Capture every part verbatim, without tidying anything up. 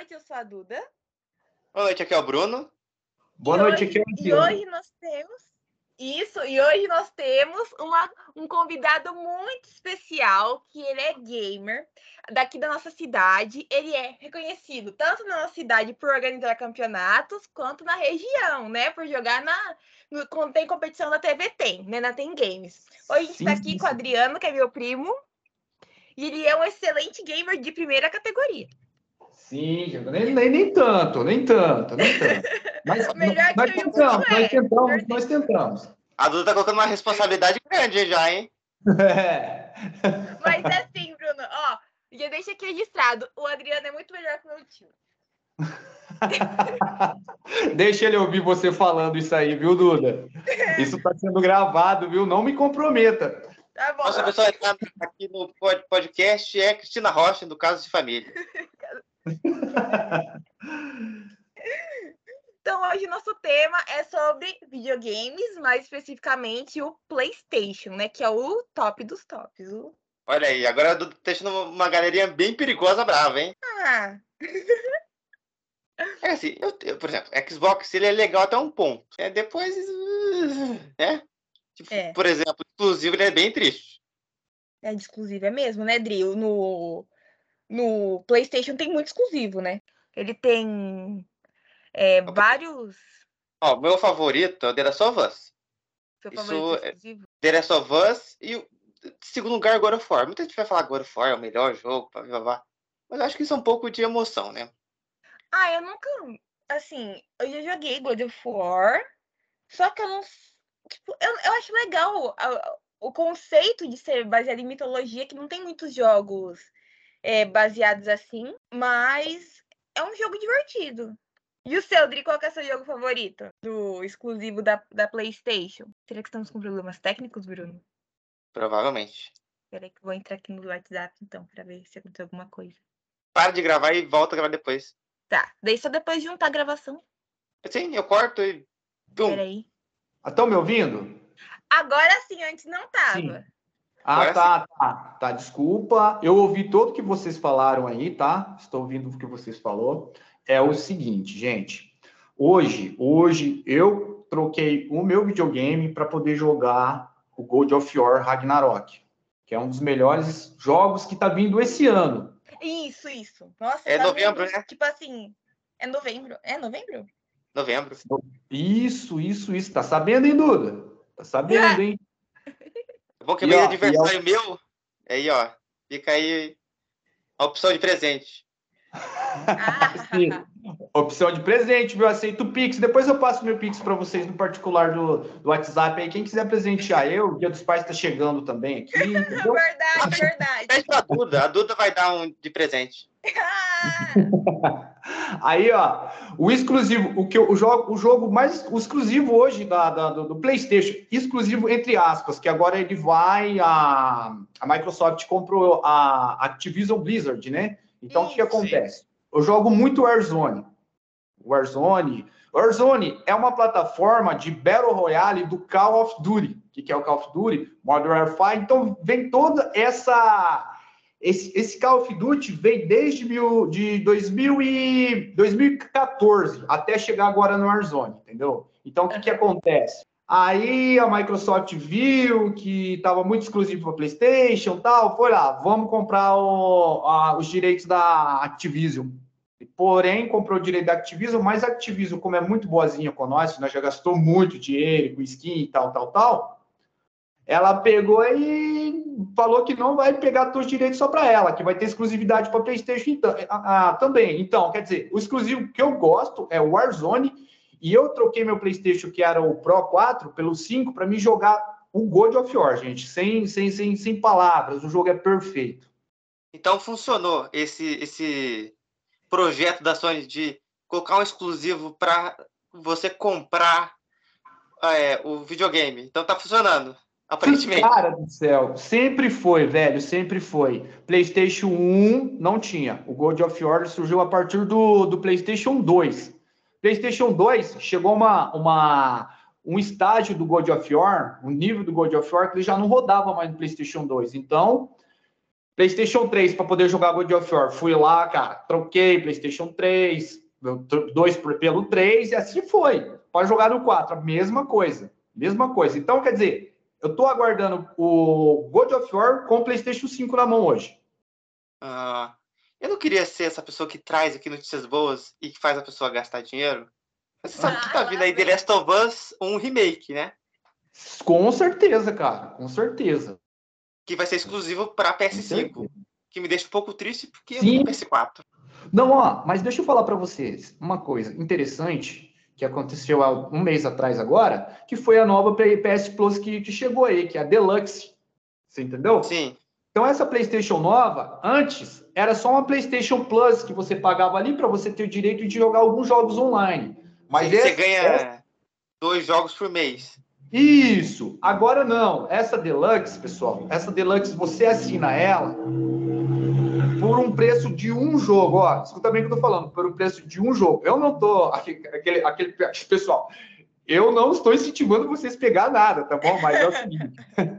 noite, eu sou a Duda. Boa noite, aqui é o Bruno. Boa e noite, hoje, aqui é o E Diego. hoje nós temos... Isso, e hoje nós temos uma, um convidado muito especial, que ele é gamer, daqui da nossa cidade. Ele é reconhecido tanto na nossa cidade por organizar campeonatos, quanto na região, né? Por jogar na... No, quando tem competição da T V Tem, né? Na Tem Games. Hoje a gente Sim, tá aqui sim, com o sim. Adriano, que é meu primo. E ele é um excelente gamer de primeira categoria. Sim, Diego, nem, nem, nem tanto, nem tanto, nem tanto. Mas Melhor nós que eu e o Bruno tentamos, nós é. tentamos, nós tentamos. A Duda tá colocando uma responsabilidade grande já, hein? É. Mas é assim, Bruno, ó, já deixa aqui registrado. O Adriano é muito melhor que o meu tio. Deixa ele ouvir você falando isso aí, viu, Duda? Isso está sendo gravado, viu? Não me comprometa. Tá bom. Nossa pessoa está aqui no pod- podcast é Cristina Rocha, do Caso de Família. Então, hoje nosso tema é sobre videogames, mais especificamente o PlayStation, né? Que é o top dos tops. O... Olha aí, agora a Duda tá deixando uma galerinha bem perigosa brava, hein? Ah, É assim, eu, eu, por exemplo, Xbox ele é legal até um ponto. É, depois, uh, né? Tipo, É. Por exemplo, exclusivo ele é bem triste. é de exclusivo, é mesmo, né, Drill? No, no PlayStation tem muito exclusivo, né? Ele tem é, vários... Ó, meu favorito é o The Last of Us. Seu Isso favorito é exclusivo? The Last of Us e o segundo lugar God of War. Muita gente vai falar God of War é o melhor jogo, blá, blá, blá. Mas eu acho que isso é um pouco de emoção, né? Ah, eu nunca... Assim, eu já joguei God of War, só que eu não... Tipo, eu, eu acho legal a- o conceito de ser baseado em mitologia, que não tem muitos jogos é, baseados assim, mas é um jogo divertido. E o seu, Dri, qual que é o seu jogo favorito? Do exclusivo da, da PlayStation? Será que estamos com problemas técnicos, Bruno? Provavelmente. Peraí que eu vou entrar aqui no WhatsApp, então, pra ver se aconteceu alguma coisa. Para de gravar e volta a gravar depois. Tá, daí só depois juntar a gravação. Sim, eu corto e... Pum. Peraí. Estão me ouvindo? Agora sim, antes não tava. Sim. Ah, Agora tá, tá, tá. Desculpa. Eu ouvi tudo que vocês falaram aí, tá? Estou ouvindo o que vocês falou. É o seguinte, gente. Hoje, hoje eu troquei o meu videogame para poder jogar o God of War Ragnarok, que é um dos melhores jogos que tá vindo esse ano. Isso, isso. Nossa, É tá novembro, vindo, né? Tipo assim, é novembro. É novembro? Novembro. Isso, isso, isso. Tá sabendo, hein, Duda? Tá sabendo, hein? É bom que é E, meio ó, aniversário meu. Aí, ó. Fica aí a opção de presente. Ah, Sim. Opção de presente, viu? Aceito o Pix. Depois eu passo meu Pix para vocês no particular do, do WhatsApp aí. Quem quiser presentear eu, o Dia dos Pais está chegando também aqui, entendeu? verdade, verdade. Pede pra Duda. A Duda vai dar um de presente. Ah, Aí, ó, o exclusivo, o que eu, o jogo, o jogo mais o exclusivo hoje da, da- do, do PlayStation, exclusivo entre aspas, que agora ele vai a, a Microsoft comprou a Activision Blizzard, né? Então, o que, que Isso. acontece? Eu jogo muito Warzone. Warzone. Warzone é uma plataforma de Battle Royale do Call of Duty. O que, que é o Call of Duty? Modern Warfare. Então, vem toda essa... Esse, esse Call of Duty vem desde mil, de dois mil e, dois mil e quatorze até chegar agora no Warzone, entendeu? Então, o que, que acontece? Aí a Microsoft viu que estava muito exclusivo para PlayStation e tal, foi lá, vamos comprar o, a, os direitos da Activision. Porém, comprou o direito da Activision, mas a Activision, como é muito boazinha com nós, nós já gastou muito dinheiro com skin e tal, tal, tal, ela pegou e falou que não vai pegar todos os direitos só para ela, que vai ter exclusividade para PlayStation então, ah, também. Então, quer dizer, o exclusivo que eu gosto é o Warzone, e eu troquei meu PlayStation, que era o Pro quatro, pelo cinco, para me jogar o God of War, gente, sem, sem, sem, sem palavras, o jogo é perfeito. Então funcionou esse, esse projeto da Sony de colocar um exclusivo para você comprar é, o videogame. Então tá funcionando, aparentemente. Cara do céu, sempre foi, velho, sempre foi. PlayStation um não tinha. O God of War surgiu a partir do, do PlayStation dois. PlayStation dois chegou uma, uma, um estágio do God of War, um nível do God of War que ele já não rodava mais no PlayStation dois. Então, PlayStation três para poder jogar God of War. Fui lá, cara, troquei PlayStation três, dois pelo três e assim foi. Para jogar no quatro, a mesma coisa. Mesma coisa. Então, quer dizer, eu tô aguardando o God of War com o PlayStation cinco na mão hoje. Ah, eu não queria ser essa pessoa que traz aqui notícias boas e que faz a pessoa gastar dinheiro. Você sabe que tá vindo aí The Last of Us um remake, né? Com certeza, cara. Com certeza. Que vai ser exclusivo para P S cinco. Que me deixa um pouco triste porque eu Sim. tenho P S quatro. Não, ó, mas deixa eu falar para vocês uma coisa interessante que aconteceu há um mês atrás agora, que foi a nova P S Plus que, que chegou aí, que é a Deluxe. Você entendeu? Sim. Então, essa PlayStation nova, antes, era só uma PlayStation Plus que você pagava ali para você ter o direito de jogar alguns jogos online. Mas Sim, essa, você ganha essa... dois jogos por mês. Isso! Agora não. Essa Deluxe, pessoal, essa Deluxe, você assina ela por um preço de um jogo. Ó, escuta bem o que eu tô falando. Por um preço de um jogo. Eu não tô... Aquele, aquele, pessoal, eu não estou incentivando vocês a pegar nada, tá bom? Mas é o seguinte.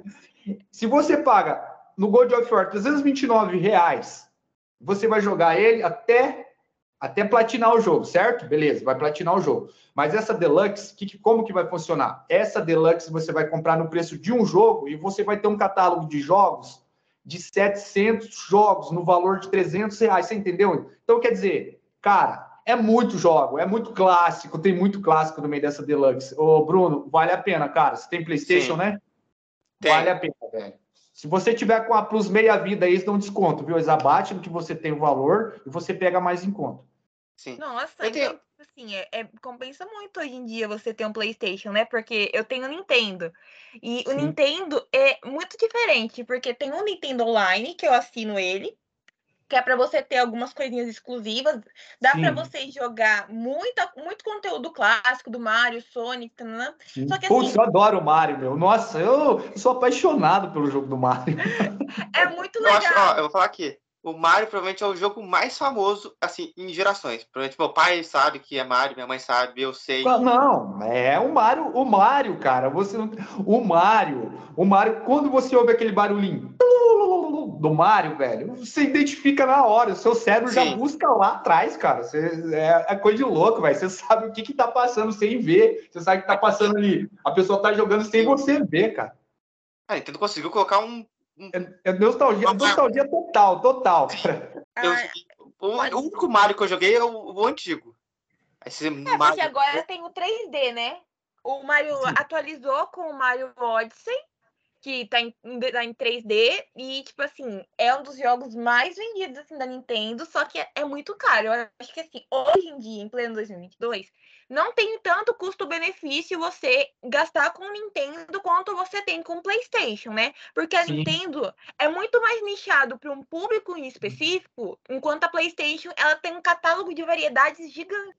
Se você paga no God of War trezentos e vinte e nove reais, você vai jogar ele até, até platinar o jogo, certo? Beleza, vai platinar o jogo. Mas essa Deluxe, que, como que vai funcionar? Essa Deluxe você vai comprar no preço de um jogo e você vai ter um catálogo de jogos de setecentos jogos no valor de trezentos reais, você entendeu? Então, quer dizer, cara, é muito jogo, é muito clássico, tem muito clássico no meio dessa Deluxe. Ô, Bruno, vale a pena, cara. Você tem PlayStation, Sim. né? Tem. Vale a pena, velho. Se você tiver com a Plus meia vida, eles dão desconto, viu? Eles abatem no que você tem o valor e você pega mais em conta. Sim. Nossa, Eu tenho... então, assim, é, é- compensa muito hoje em dia você ter um PlayStation, né? Porque eu tenho o Nintendo. E o Sim. Nintendo é muito diferente, porque tem um Nintendo Online, que eu assino ele, que é para você ter algumas coisinhas exclusivas. Dá para Sim. você jogar muita, muito conteúdo clássico do Mario, Sonic, tanana. Sim. Só que Putz, assim, eu adoro o Mario, meu. Nossa, eu, eu sou apaixonado pelo jogo do Mario. é muito Eu acho, ó, legal. eu vou falar aqui. O Mario provavelmente é o jogo mais famoso, assim, em gerações. Provavelmente meu pai sabe que é Mario, minha mãe sabe, eu sei. Não, é o Mario, o Mario, cara. Você não... O Mario, o Mario, quando você ouve aquele barulhinho do Mario, velho, você identifica na hora. O seu cérebro Sim. já busca lá atrás, cara. Você, é, é coisa de louco, velho. Você sabe o que que tá passando sem ver. Você sabe o que tá passando ali. A pessoa tá jogando sem Sim. você ver, cara. A Nintendo conseguiu colocar um. um... É, é nostalgia, Uma- nostalgia total, total, cara. Eu, Ah, o, pode- o único Mario que eu joguei é o, o antigo. Esse É, porque Mario. agora tem o três D, né? O Mario Sim. atualizou com o Mario Odyssey, que tá em, tá em três D, e, tipo assim, é um dos jogos mais vendidos, assim, da Nintendo, só que é, é muito caro. Eu acho que, assim, hoje em dia, em pleno dois mil e vinte e dois, não tem tanto custo-benefício você gastar com o Nintendo quanto você tem com o PlayStation, né? Porque a Sim. Nintendo é muito mais nichado para um público em específico, enquanto a PlayStation, ela tem um catálogo de variedades gigante.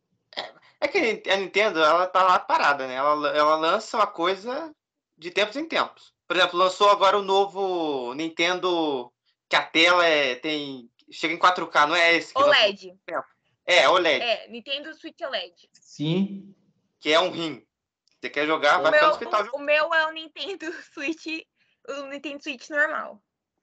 É que a Nintendo, ela tá lá parada, né? Ela, ela lança uma coisa de tempos em tempos. Por exemplo, lançou agora o novo Nintendo, que a tela é, tem, chega em quatro K, não é esse que O lançou? L E D. É, O L E D, É, Nintendo Switch O L E D. Sim. que é um rim. Você quer jogar, O vai ficar no meu, hospital. o, o meu é o Nintendo Switch, o Nintendo Switch normal.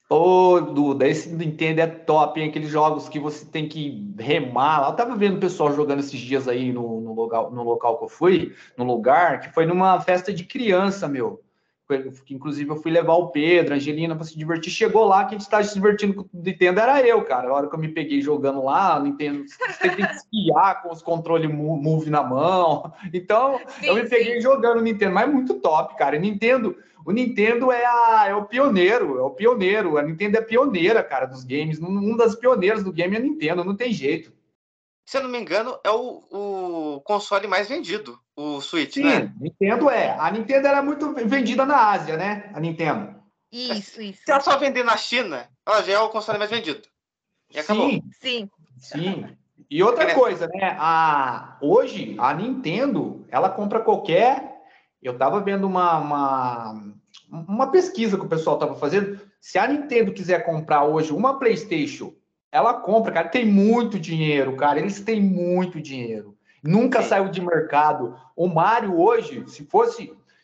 Ô, Duda, esse Nintendo é top, hein? Aqueles jogos que você tem que remar. Eu tava vendo o pessoal jogando esses dias aí no, no, local, no local que eu fui, no lugar, que foi numa festa de criança, meu. Foi- que, inclusive, eu fui levar o Pedro, a Angelina, pra se divertir. Chegou lá, quem estava se divertindo com o Nintendo era eu, cara. A hora que eu me peguei jogando lá, o Nintendo, você tem que esquiar com os controles Move na mão. Então, Sim, eu me peguei sim. jogando o Nintendo, mas é muito top, cara. Nintendo. O Nintendo é, a, é o pioneiro, é o pioneiro. A Nintendo é pioneira, cara, dos games. Um das pioneiras do game é a Nintendo, não tem jeito. Se eu não me engano, é o, o console mais vendido, o Switch, Sim, né? Nintendo é. A Nintendo era muito vendida na Ásia, né? A Nintendo. Isso, isso. Se ela só vender na China, ela já é o console mais vendido. E acabou. Sim, Sim. sim. E outra coisa, né? A, hoje, a Nintendo, ela compra qualquer... Eu tava vendo uma, uma, uma pesquisa que o pessoal tava fazendo. Se a Nintendo quiser comprar hoje uma PlayStation, ela compra, cara. Tem muito dinheiro, cara. Eles têm muito dinheiro. Nunca Sim. saiu de mercado. O Mario hoje, se fosse...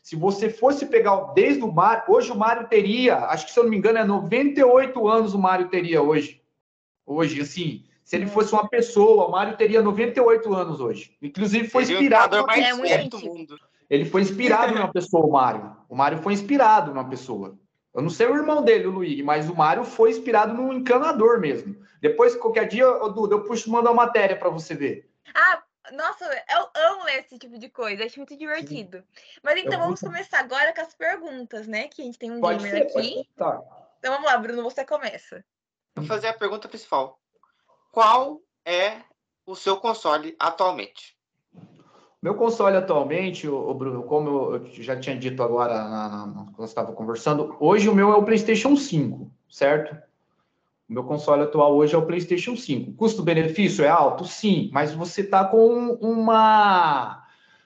Se você fosse pegar desde o Mario, hoje o Mario teria, acho que se eu não me engano é noventa e oito anos o Mario teria hoje. Hoje, assim, se ele fosse uma pessoa, o Mario teria noventa e oito anos hoje. Inclusive foi Seria o inspirado jogador numa mais É muito velho do antigo. mundo. Ele foi inspirado numa pessoa, o Mario. O Mario foi inspirado numa pessoa. Eu não sei o irmão dele, o Luigi, mas o Mario foi inspirado num encanador mesmo. Depois, qualquer dia, ô, Duda, eu puxo mandar uma matéria para você ver. Ah, nossa, eu amo ler esse tipo de coisa, acho muito divertido. Mas então Eu vamos puxo- começar agora com as perguntas, né? Que a gente tem um Pode gamer ser, pode aqui. contar. Então vamos lá, Bruno, você começa. Vou fazer a pergunta principal. Qual é o seu console atualmente? Meu console atualmente, o Bruno, como eu já tinha dito agora na, na, quando eu estava conversando, hoje o meu é o PlayStation cinco, certo? O meu console atual hoje é o PlayStation cinco. Custo-benefício é alto? Sim, mas você está com uma...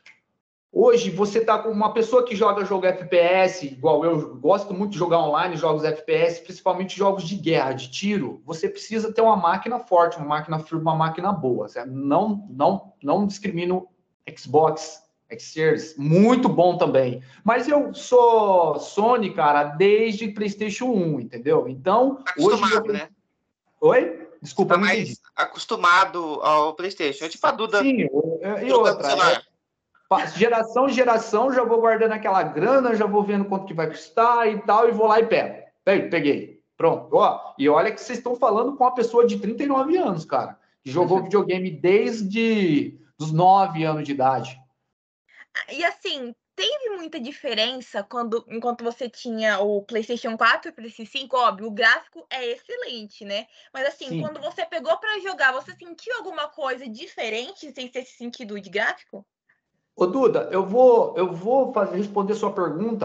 Hoje você está com uma pessoa que joga jogo F P S, igual eu gosto muito de jogar online, jogos F P S, principalmente jogos de guerra, de tiro. Você precisa ter uma máquina forte, uma máquina firme, uma máquina boa. Certo? Não, não, não discrimino Xbox, X-Series, muito bom também. Mas eu sou Sony, cara, desde PlayStation um, entendeu? Então, hoje... Acostumado, Meu... né? Oi? Desculpa, Você tá não mais entendi. acostumado ao PlayStation. É tipo a Duda Sim, e jogando outra, é, celular. geração em geração, já vou guardando aquela grana, já vou vendo quanto que vai custar e tal, e vou lá e pego. Peguei, pronto. Ó, e olha que vocês estão falando com uma pessoa de trinta e nove anos, cara, que jogou videogame desde os nove anos de idade. E assim, teve muita diferença quando, enquanto você tinha o PlayStation quatro e o PlayStation cinco, óbvio, o gráfico é excelente, né? Mas assim, Sim. quando você pegou para jogar, você sentiu alguma coisa diferente sem ter esse sentido de gráfico? Ô, Duda, eu vou, eu vou fazer, responder sua pergunta,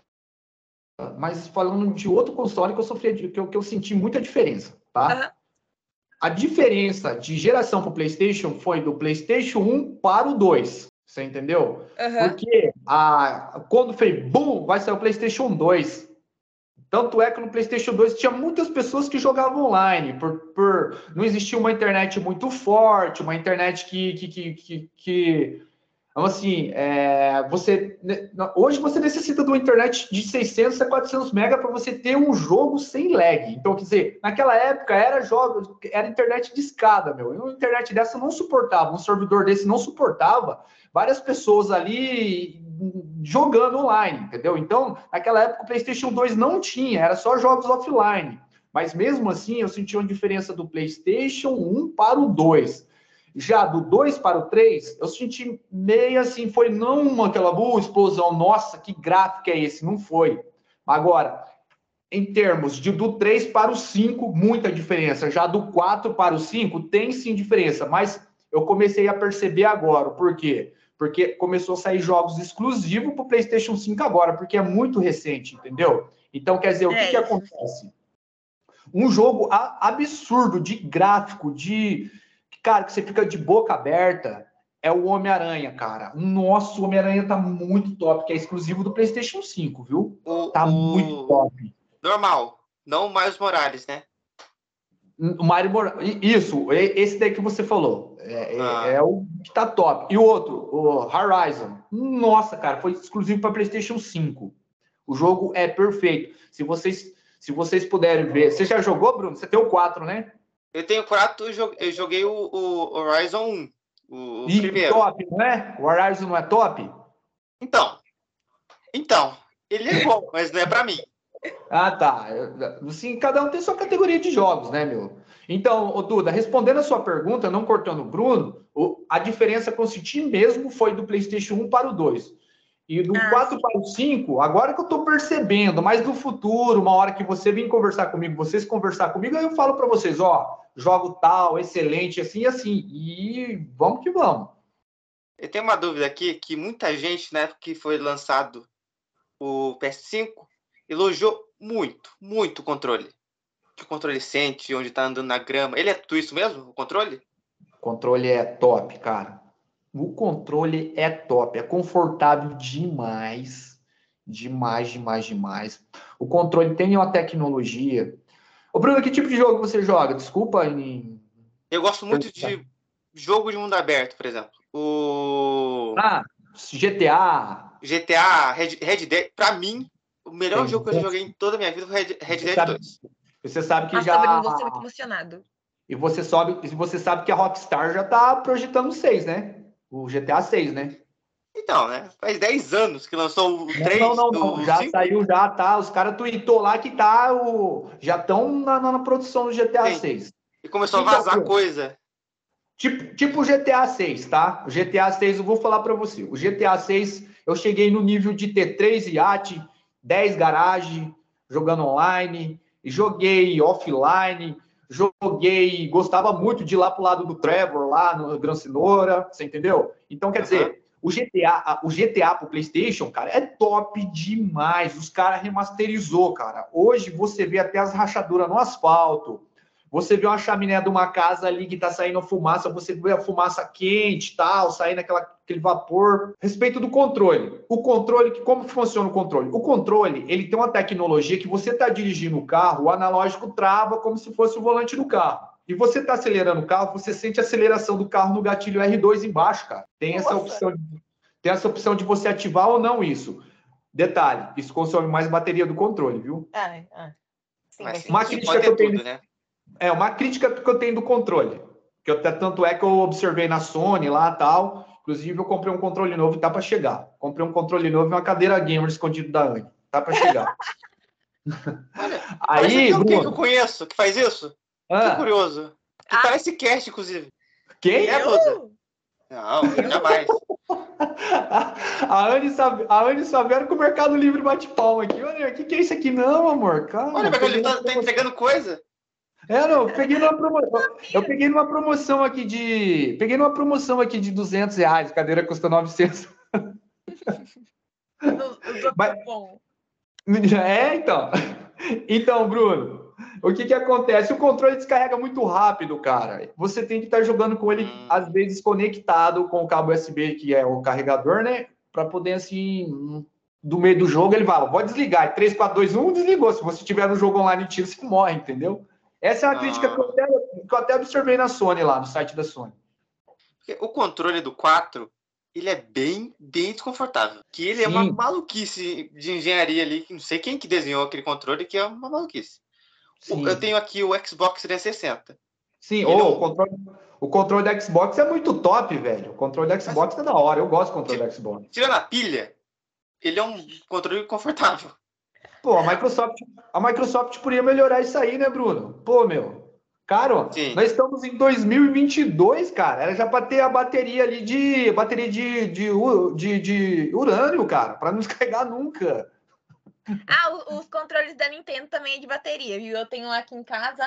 mas falando de outro console que eu sofri, que eu, que eu senti muita diferença, tá? Uhum. A diferença de geração para o PlayStation foi do PlayStation um para o dois. Você entendeu? Uhum. Porque a, quando foi boom, vai sair o PlayStation dois. Tanto é que no PlayStation dois tinha muitas pessoas que jogavam online, por, por não existia uma internet muito forte, uma internet que, que, que, que, que então, assim, é, você, hoje você necessita de uma internet de seiscentos a quatrocentos mega para você ter um jogo sem lag. Então, quer dizer, naquela época era jogo, era internet de escada, meu. E uma internet dessa não suportava, um servidor desse não suportava várias pessoas ali jogando online, entendeu? Então, naquela época o PlayStation dois não tinha, era só jogos offline. Mas mesmo assim, eu senti uma diferença do PlayStation um para o dois. Já do dois para o três, eu senti meio assim, foi não uma, aquela boa explosão, nossa, que gráfico é esse? Não foi. Agora, em termos de do três para o cinco, muita diferença. Já do quatro para o cinco, tem sim diferença, mas eu comecei a perceber agora. Por quê? Porque começou a sair jogos exclusivos para o PlayStation cinco agora, porque é muito recente, entendeu? Então, quer dizer, o que, É que isso. acontece? Um jogo absurdo de gráfico, de... Cara, que você fica de boca aberta, é o Homem-Aranha, cara. Nossa, o Homem-Aranha tá muito top, que é exclusivo do PlayStation cinco, viu? O, Tá o... muito top. Normal, não o Miles Morales, né? O Mario Morales. Isso, esse daí que você falou. É, Ah. é, é o que tá top. E o outro, o Horizon. Nossa, cara, foi exclusivo para PlayStation cinco. O jogo é perfeito. Se vocês, se vocês puderem ver. Você já jogou, Bruno? Você tem o quatro, né? Eu tenho quatro, eu joguei o, o Horizon um, o, o E primeiro. top, não é? O Horizon não é top? Então, então, ele é bom, mas não é para mim. Ah, tá. Assim, cada um tem sua categoria de jogos, né, meu? Então, ô Duda, respondendo a sua pergunta, não cortando o Bruno, a diferença que eu senti mesmo foi do PlayStation um para o dois. E do Ah, quatro sim. para o cinco, agora que eu tô percebendo, mas do futuro, uma hora que você vir conversar comigo, vocês conversar comigo, aí eu falo para vocês, ó, jogo tal, excelente, assim e assim. E vamos que vamos. Eu tenho uma dúvida aqui, que muita gente, na época que foi lançado o P S cinco, elogiou muito, muito o controle. Que o controle sente, onde tá andando na grama. Ele é tudo isso mesmo, o controle? O controle é top, cara. O controle é top, é confortável demais. Demais, demais, demais. O controle tem uma tecnologia. Ô, Bruno, que tipo de jogo você joga? Desculpa em... Eu gosto muito de jogo de mundo aberto, por exemplo. O... Ah, G T A. G T A Red, Red Dead, pra mim, o melhor Tem. jogo que eu joguei em toda a minha vida foi Red, Red Você Dead sabe, dois. você sabe que Nossa, já... Bruno, você é muito emocionado. E você sabe, e você sabe que a Rockstar já tá projetando seis, né? O G T A seis, né? Então, né? Faz dez anos que lançou o Não, três, não, não, não. o Já cinco. saiu, já tá. Os caras tweetou lá que tá o... já estão na, na produção do G T A Sim. seis. E começou Então, a vazar Bruno, coisa. Tipo, tipo o G T A seis, tá? O G T A seis, eu vou falar pra você. O G T A seis, eu cheguei no nível de ter três iate, dez garagem, jogando online, joguei offline, joguei, gostava muito de ir lá pro lado do Trevor, lá no Gran Cenoura, você entendeu? Então, quer Uhum. dizer, o G T A, o G T A pro PlayStation, cara, é top demais. Os caras remasterizou, cara. Hoje você vê até as rachaduras no asfalto. Você vê uma chaminé de uma casa ali que tá saindo fumaça, você vê a fumaça quente e tal, saindo aquela, aquele vapor. Respeito do controle. O controle, como funciona o controle? O controle, ele tem uma tecnologia que você tá dirigindo o carro, o analógico trava como se fosse o volante do carro. E você tá acelerando o carro, você sente a aceleração do carro no gatilho R dois embaixo, cara. Tem essa opção, de, tem essa opção de você ativar ou não isso. Detalhe, isso consome mais bateria do controle, viu? Ah, ah. Sim, Mas faz sim, Uma sim, crítica pode que eu ter tenho... tudo, né? É, uma crítica que eu tenho do controle. Que eu, tanto é que eu observei na Sony lá e tal. Inclusive, eu comprei um controle novo e tá para chegar. Comprei um controle novo e uma cadeira gamer escondido da Anne. Tá para chegar. Olha, parece Aí, até alguém que Bruno. eu conheço que faz isso. Ah, Que curioso. Que Ah. parece cast, inclusive. quem? É, Duda? Não, jamais. A Anne Sav- a Anne Savero com o Mercado Livre bate palma aqui. Olha, o que, que é isso aqui? Não, amor. Calma. Olha, Mercado peguei Livre na tá, tá promoção. entregando coisa. É, não, eu peguei numa promoção. Eu peguei numa promoção aqui de. Peguei numa promoção aqui de duzentos reais. A cadeira custa novecentos. Usou Mas- cupom. É, então. Então, Bruno, o que que acontece? O controle descarrega muito rápido, cara. Você tem que estar jogando com ele, Hum. às vezes, conectado com o cabo U S B, que é o carregador, né? Para poder, assim, do meio do jogo, ele fala, pode desligar. É três, quatro, dois, um, desligou. Se você tiver no jogo online de tiro, você morre, entendeu? Essa é uma Ah. crítica que eu, até, que eu até observei na Sony, lá, no site da Sony. Porque o controle do quatro, ele é bem, bem desconfortável. Que ele é uma Sim. maluquice de engenharia ali. que Não sei quem que desenhou aquele controle, que é uma maluquice. O- Sim. Eu tenho aqui o Xbox trezentos e sessenta. Sim, Ele ô, é um- o, controle, o controle da Xbox é muito top, velho. O controle da Xbox é da hora. Eu gosto do controle da Xbox. Tirando a pilha, ele é um controle confortável. Pô, a Microsoft, a Microsoft podia melhorar isso aí, né, Bruno? Pô, meu. Cara, Sim. nós estamos em dois mil e vinte e dois, cara. Era já para ter a bateria ali de bateria de, de, u- de, de urânio, cara, para não descarregar nunca. Ah, o- os controles da Nintendo também é de bateria, viu? Eu tenho um aqui em casa.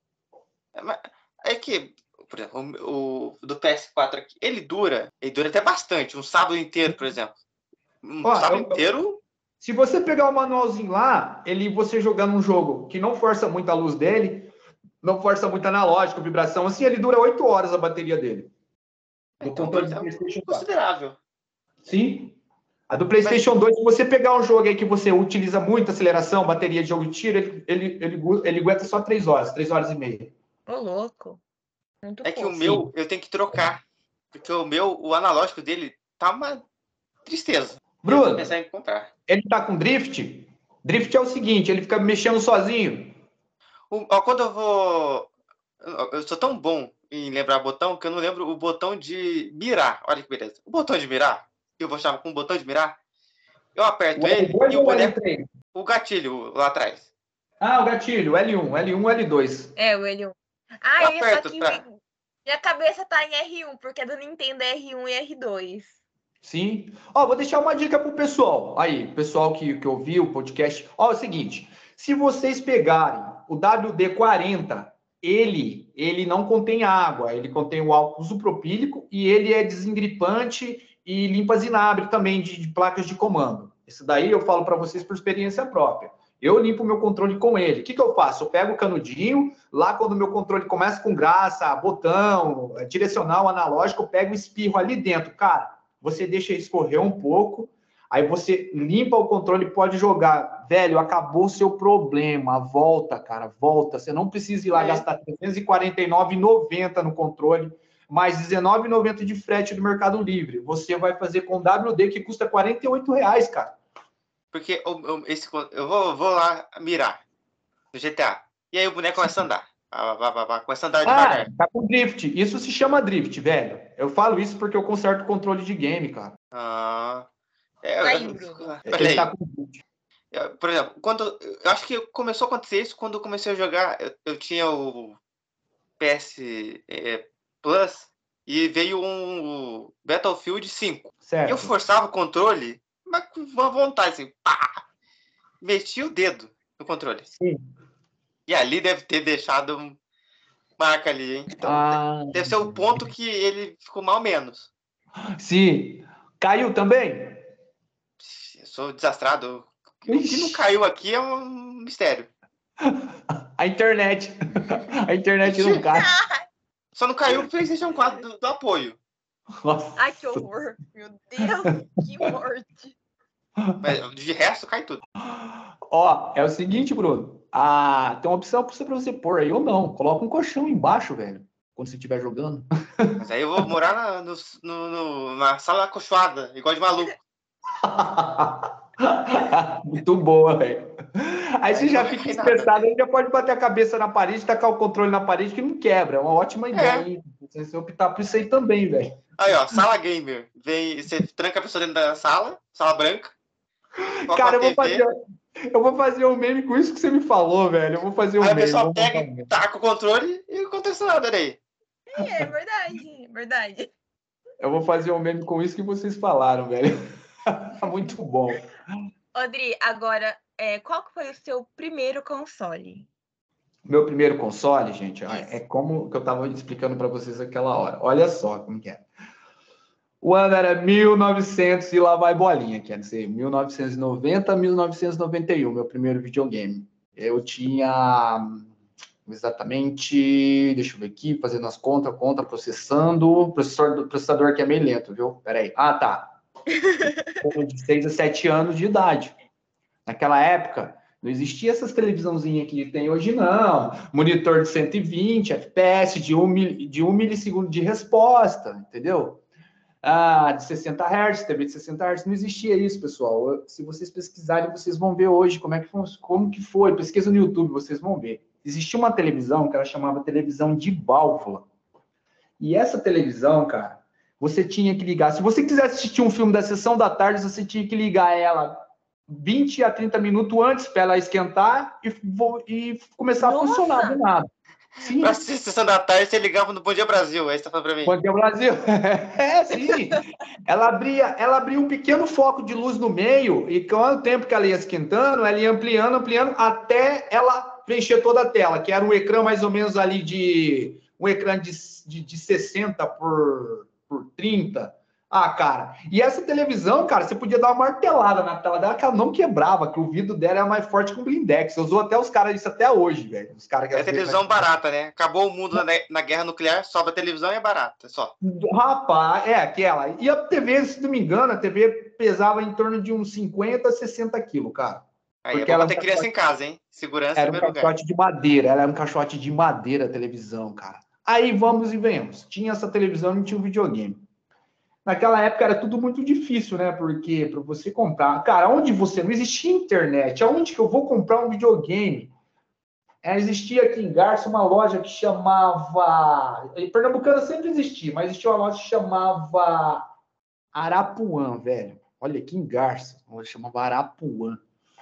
É, mas é que, por exemplo, o, o do P S quatro aqui, ele dura, ele dura até bastante, um sábado inteiro, por exemplo. Um Ó, sábado eu- inteiro, Se você pegar o manualzinho lá, ele você jogando um jogo que não força muito a luz dele, não força muito analógico, vibração, assim, ele dura oito horas a bateria dele. Do então controle dura do até PlayStation quatro. considerável. Sim. A do PlayStation dois, se você pegar um jogo aí que você utiliza muito aceleração, bateria de jogo de tiro, ele, ele, ele, ele aguenta só três horas, três horas e meia. Ô, louco. Muito É que o pouco. meu eu tenho que trocar, porque o meu, o analógico dele tá uma tristeza. Eu vou Bruno, pensar em comprar. ele tá com drift? Drift é o seguinte, ele fica mexendo sozinho. O- ó, quando eu vou. Eu eu sou tão bom em lembrar botão que eu não lembro o botão de mirar. Olha que beleza. O botão de mirar, eu vou chamar com o botão de mirar. Eu aperto O L ele dois e ou o o L boneco, três? o gatilho lá atrás. Ah, o gatilho, L um, L um, L dois. É, o L um. Ah, Eu eu ia aperto, aqui. tá? Minha cabeça tá em R um, porque é do Nintendo é R um e R dois. Sim. Ó, vou deixar uma dica pro pessoal. Aí, pessoal que, que ouviu o podcast. Ó, é o seguinte, se vocês pegarem o W D quarenta, ele, ele não contém água, ele contém o álcool isopropílico e ele é desengripante e limpa zinabre também de, de placas de comando. Isso daí eu falo para vocês por experiência própria. Eu limpo o meu controle com ele. O que, que eu faço? Eu pego o canudinho, lá quando o meu controle começa com graça, botão, direcional, analógico, eu pego e espirro ali dentro. Cara, você deixa escorrer um pouco, aí você limpa o controle e pode jogar. Velho, acabou o seu problema. Volta, cara, volta. Você não precisa ir lá É. gastar trezentos e quarenta e nove reais e noventa centavos no controle. mais dezenove reais e noventa centavos de frete do Mercado Livre. Você vai fazer com W D, que custa quarenta e oito reais, cara. Porque eu, eu, esse, eu vou, vou lá mirar no G T A. E aí o boneco começa a andar. Vá, vá, vá, vá, começa a andar devagar. Ah, tá com drift. Isso se chama drift, velho. Eu falo isso porque eu conserto controle de game, cara. Ah, é, Aí, eu- Bruno. Peraí. Ele tá com drift. Eu, por exemplo, quando eu acho que começou a acontecer isso quando eu comecei a jogar. Eu, eu tinha o P S é, Plus e veio um o Battlefield cinco. E Certo. eu forçava o controle, mas com uma vontade, assim, pá! Metia o dedo no controle. Sim. E ali deve ter deixado um marca ali, hein? Então, Ah, deve ser o ponto que ele ficou mal menos. sim. Caiu também? Eu sou desastrado. O que não Ixi. caiu aqui é um mistério. A internet. A internet não cai. Só não caiu o PlayStation quatro do, do apoio. Nossa. Ai, que horror. Meu Deus, que morte. Mas de resto cai tudo. Ó, é o seguinte, Bruno. Ah, tem uma opção pra você, pra você pôr aí ou não. Coloca um colchão embaixo, velho. Quando você estiver jogando. Mas aí eu vou morar na, no, no, no- na sala acolchoada, igual de maluco. Muito boa, velho. Aí você Aí já não fica vai nada. estressado, aí já pode bater a cabeça na parede, tacar o controle na parede que não quebra. É uma ótima ideia, É. hein? Você optar por isso aí também, velho. Aí, ó, sala gamer. Vem, você tranca a pessoa dentro da sala, sala branca. Coloca Cara, eu uma vou fazer, eu vou fazer um meme com isso que você me falou, velho. Eu vou fazer um Aí o meme. pessoal vou pega montar um e meme. taca o controle e não acontece nada daí. É, é verdade, é verdade. Eu vou fazer um meme com isso que vocês falaram, velho. Muito bom. Odri, agora, é, qual que foi o seu primeiro console? Meu primeiro console, gente, ó, Isso. é como que eu tava explicando para vocês aquela hora. Olha só como que é. O ano era mil e novecentos e lá vai bolinha, quer dizer, mil novecentos e noventa, mil novecentos e noventa e um, meu primeiro videogame. Eu tinha exatamente, deixa eu ver aqui, fazendo as contas, conta, processando, processador, processador que é meio lento, viu? Peraí. Ah, tá. De seis a sete anos de idade. Naquela época, não existia essas televisãozinhas que tem hoje, não. Monitor de cento e vinte F P S, de um, de um milissegundo de resposta, entendeu? Ah, de sessenta hertz, T V de sessenta hertz, não existia isso, pessoal. Se vocês pesquisarem, vocês vão ver hoje como é que foi, como que foi. Pesquisa no YouTube, vocês vão ver. Existia uma televisão que ela chamava televisão de válvula. E essa televisão, cara, você tinha que ligar. Se você quisesse assistir um filme da sessão da tarde, você tinha que ligar ela vinte a trinta minutos antes para ela esquentar e, e começar Nossa! a funcionar do nada. Sim. Pra assistir sessão da tarde, você ligava no Bom Dia Brasil. Aí você tá falando pra mim. Bom Dia Brasil. É, sim. Ela abria, ela abria um pequeno foco de luz no meio e com o tempo que ela ia esquentando, ela ia ampliando, ampliando até ela preencher toda a tela, que era um ecrã mais ou menos ali de... um ecrã de, de, de sessenta por, por trinta. Ah, cara. E essa televisão, cara, você podia dar uma martelada na tela dela que ela não quebrava, que o vidro dela era mais forte que um blindex. Usou até os caras isso até hoje, velho. Os caras que É televisão barata, né? Acabou o mundo na, na guerra nuclear, sobra televisão e é barata, só. Rapaz, é aquela. E a T V, se não me engano, a T V pesava em torno de uns cinquenta, sessenta quilos, cara. Aí Porque é bom ela ter criança em casa, hein? Segurança em era um primeiro lugar. caixote de madeira, ela era um caixote de madeira a televisão, cara. Aí vamos e venhamos. Tinha essa televisão e não tinha um videogame. Naquela época era tudo muito difícil, né? Porque para você comprar, cara, onde você não existia internet, aonde que eu vou comprar um videogame? É, existia aqui em Garça uma loja que chamava, em Pernambucana sempre existia, mas existia uma loja que chamava Arapuã, velho. Olha aqui em Garça, uma loja que chamava Arapuã.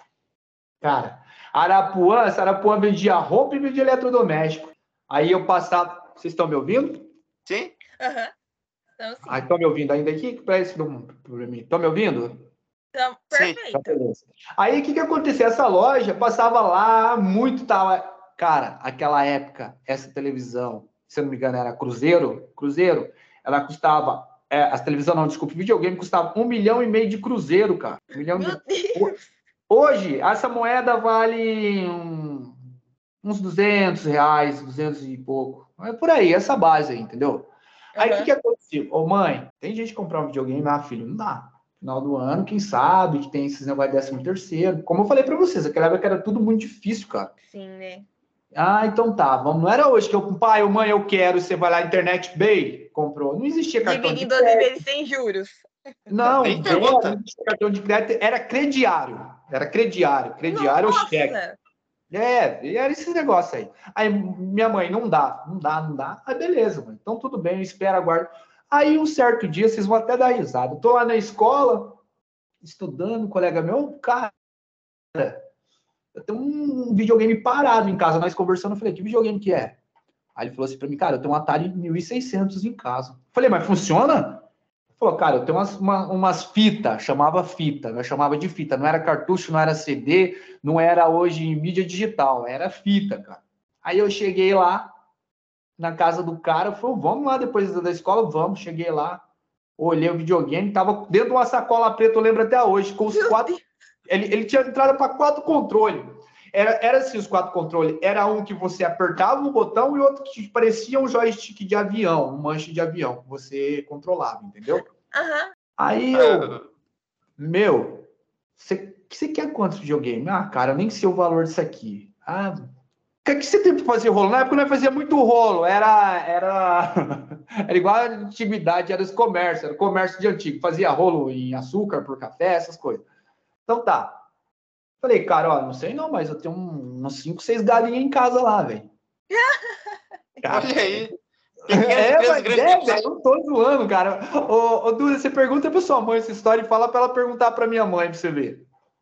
Cara, Arapuã, essa Arapuã vendia roupa e vendia eletrodoméstico. Aí eu passava, vocês estão me ouvindo? Sim? Aham. Uhum. Então, sim. Ah, estão me ouvindo ainda aqui? Parece para mim. Estão me ouvindo? Então, Sim. perfeito. Tá, beleza. Aí o que que acontecia? Essa loja passava lá muito tal. Cara, aquela época, essa televisão, se eu não me engano, era Cruzeiro. Cruzeiro, ela custava. É, a televisão não, desculpa, o videogame custava um milhão e meio de Cruzeiro, cara. Um milhão Meu de... Deus! Hoje, essa moeda vale um, uns duzentos reais, duzentos e pouco. É por aí, essa base aí, entendeu? Aí o Uhum. que que aconteceu? Ô, mãe, tem gente que comprar um videogame, ah, filho, não dá. Final do ano, quem sabe, que tem esses negócios de décimo terceiro. Como eu falei pra vocês, aquela época era tudo muito difícil, cara. Sim, né? Ah, então tá. Vamos, não era hoje que eu, pai ou mãe, eu quero, você vai lá, Internet Bay, comprou. Não existia cartão Dividir de em doze crédito. vezes sem juros. Não, Nem velho, não pergunta. existia cartão de crédito, era crediário. Era crediário, crediário ou cheque. Nossa! É, e era esse negócio aí. Aí minha mãe, não dá, não dá, não dá. Ah, beleza, mãe. Então tudo bem, eu espero, aguardo. Aí um certo dia, vocês vão até dar risada. Eu tô lá na escola, estudando, um colega meu, cara, eu tenho um videogame parado em casa, nós conversando, eu falei, que videogame que é? Aí ele falou assim pra mim, cara, eu tenho um Atari mil e seiscentos em casa. Eu falei, mas funciona? Ele falou, cara, eu tenho umas, uma, umas fitas, chamava fita, eu chamava de fita, não era cartucho, não era C D, não era hoje mídia digital, era fita, cara. Aí eu cheguei lá, na casa do cara, falou, vamos lá depois da escola, vamos, cheguei lá, olhei o videogame, tava dentro de uma sacola preta, eu lembro até hoje, com os Meu quatro... Deus. Ele, ele tinha entrada para quatro controles. Era, era assim, os quatro controles. Era um que você apertava o botão e outro que parecia um joystick de avião, um manche de avião, que você controlava, entendeu? Aham. Aí eu, meu, você, você quer quantos videogame? Ah, cara, eu nem sei o valor disso aqui. Ah, o que, que você tem para fazer rolo? Na época nós fazia muito rolo, era, era, era igual a antiguidade, era os comércios, era o comércio de antigo, fazia rolo em açúcar, por café, essas coisas. Então tá. Falei, cara, ó, não sei não, mas eu tenho um, uns cinco, seis galinhas em casa lá, velho. Olha aí. Pequenas É, empresas, mas grandes é, empresas. velho, eu tô zoando, cara. Ô, ô Duda, você pergunta pra sua mãe essa história e fala pra ela perguntar pra minha mãe, pra você ver.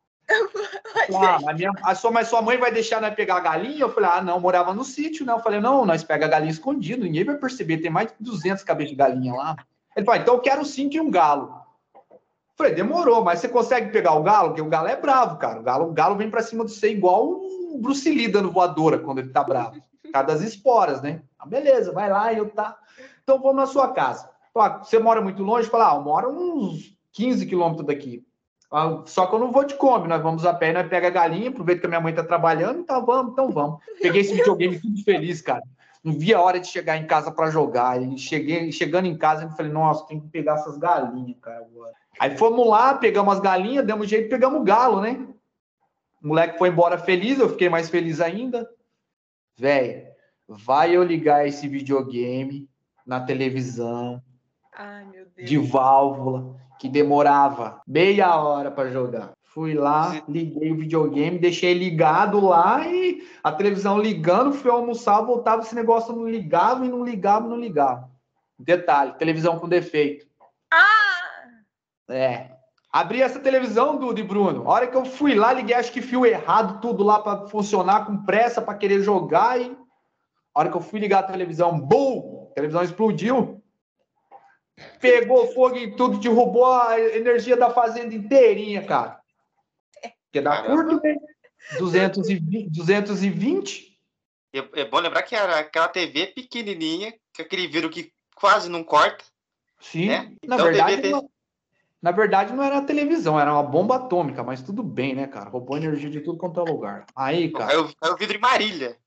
Ah, mas, minha, a sua, mas sua mãe vai deixar nós pegar a galinha? Eu falei, ah, não, morava no sítio, né? Eu falei, não, nós pega a galinha escondido, ninguém vai perceber, tem mais de duzentas cabeças de galinha lá. Ele falou, então eu quero cinco e um galo. Eu falei, demorou, mas você consegue pegar o galo? Porque o galo é bravo, cara. O galo, o galo vem pra cima de você igual um Bruce Lee dando voadora quando ele tá bravo. Por causa das esporas, né? Ah, beleza, vai lá e eu tá. Então vamos na sua casa. Ah, você mora muito longe? Fala, ah, eu moro uns quinze quilômetros daqui. Ah, só que eu não vou de Kombi, nós vamos a pé, nós pega a galinha, aproveita que a minha mãe tá trabalhando, então vamos, então vamos. Peguei esse videogame tudo feliz, cara. Não via a hora de chegar em casa para jogar. E cheguei, chegando em casa, eu falei, nossa, tem que pegar essas galinhas, cara, agora. Aí fomos lá, pegamos as galinhas, demos jeito, pegamos o galo, né? O moleque foi embora feliz, eu fiquei mais feliz ainda. Velho, vai eu ligar esse videogame na televisão. Ai, meu Deus. De válvula, que demorava meia hora para jogar. Fui lá, liguei o videogame, deixei ligado lá e a televisão ligando, fui almoçar, voltava, esse negócio não ligava e não ligava, não ligava. Detalhe, televisão com defeito. Ah! É. Abri essa televisão, Duda e Bruno. A hora que eu fui lá, liguei, acho que fio errado, tudo lá para funcionar com pressa, para querer jogar. E a hora que eu fui ligar a televisão, bum! A televisão explodiu. Pegou fogo em tudo, derrubou a energia da fazenda inteirinha, cara. Porque dá curto, né? duzentos e vinte, duzentos e vinte. É bom lembrar que era aquela T V pequenininha, com aquele vidro que quase não corta. Sim, né? na, Então, verdade, ter... não, na verdade não era a televisão, era uma bomba atômica, mas tudo bem, né, cara? Roubou energia de tudo quanto é lugar. Aí, cara... Aí o vidro em Marília.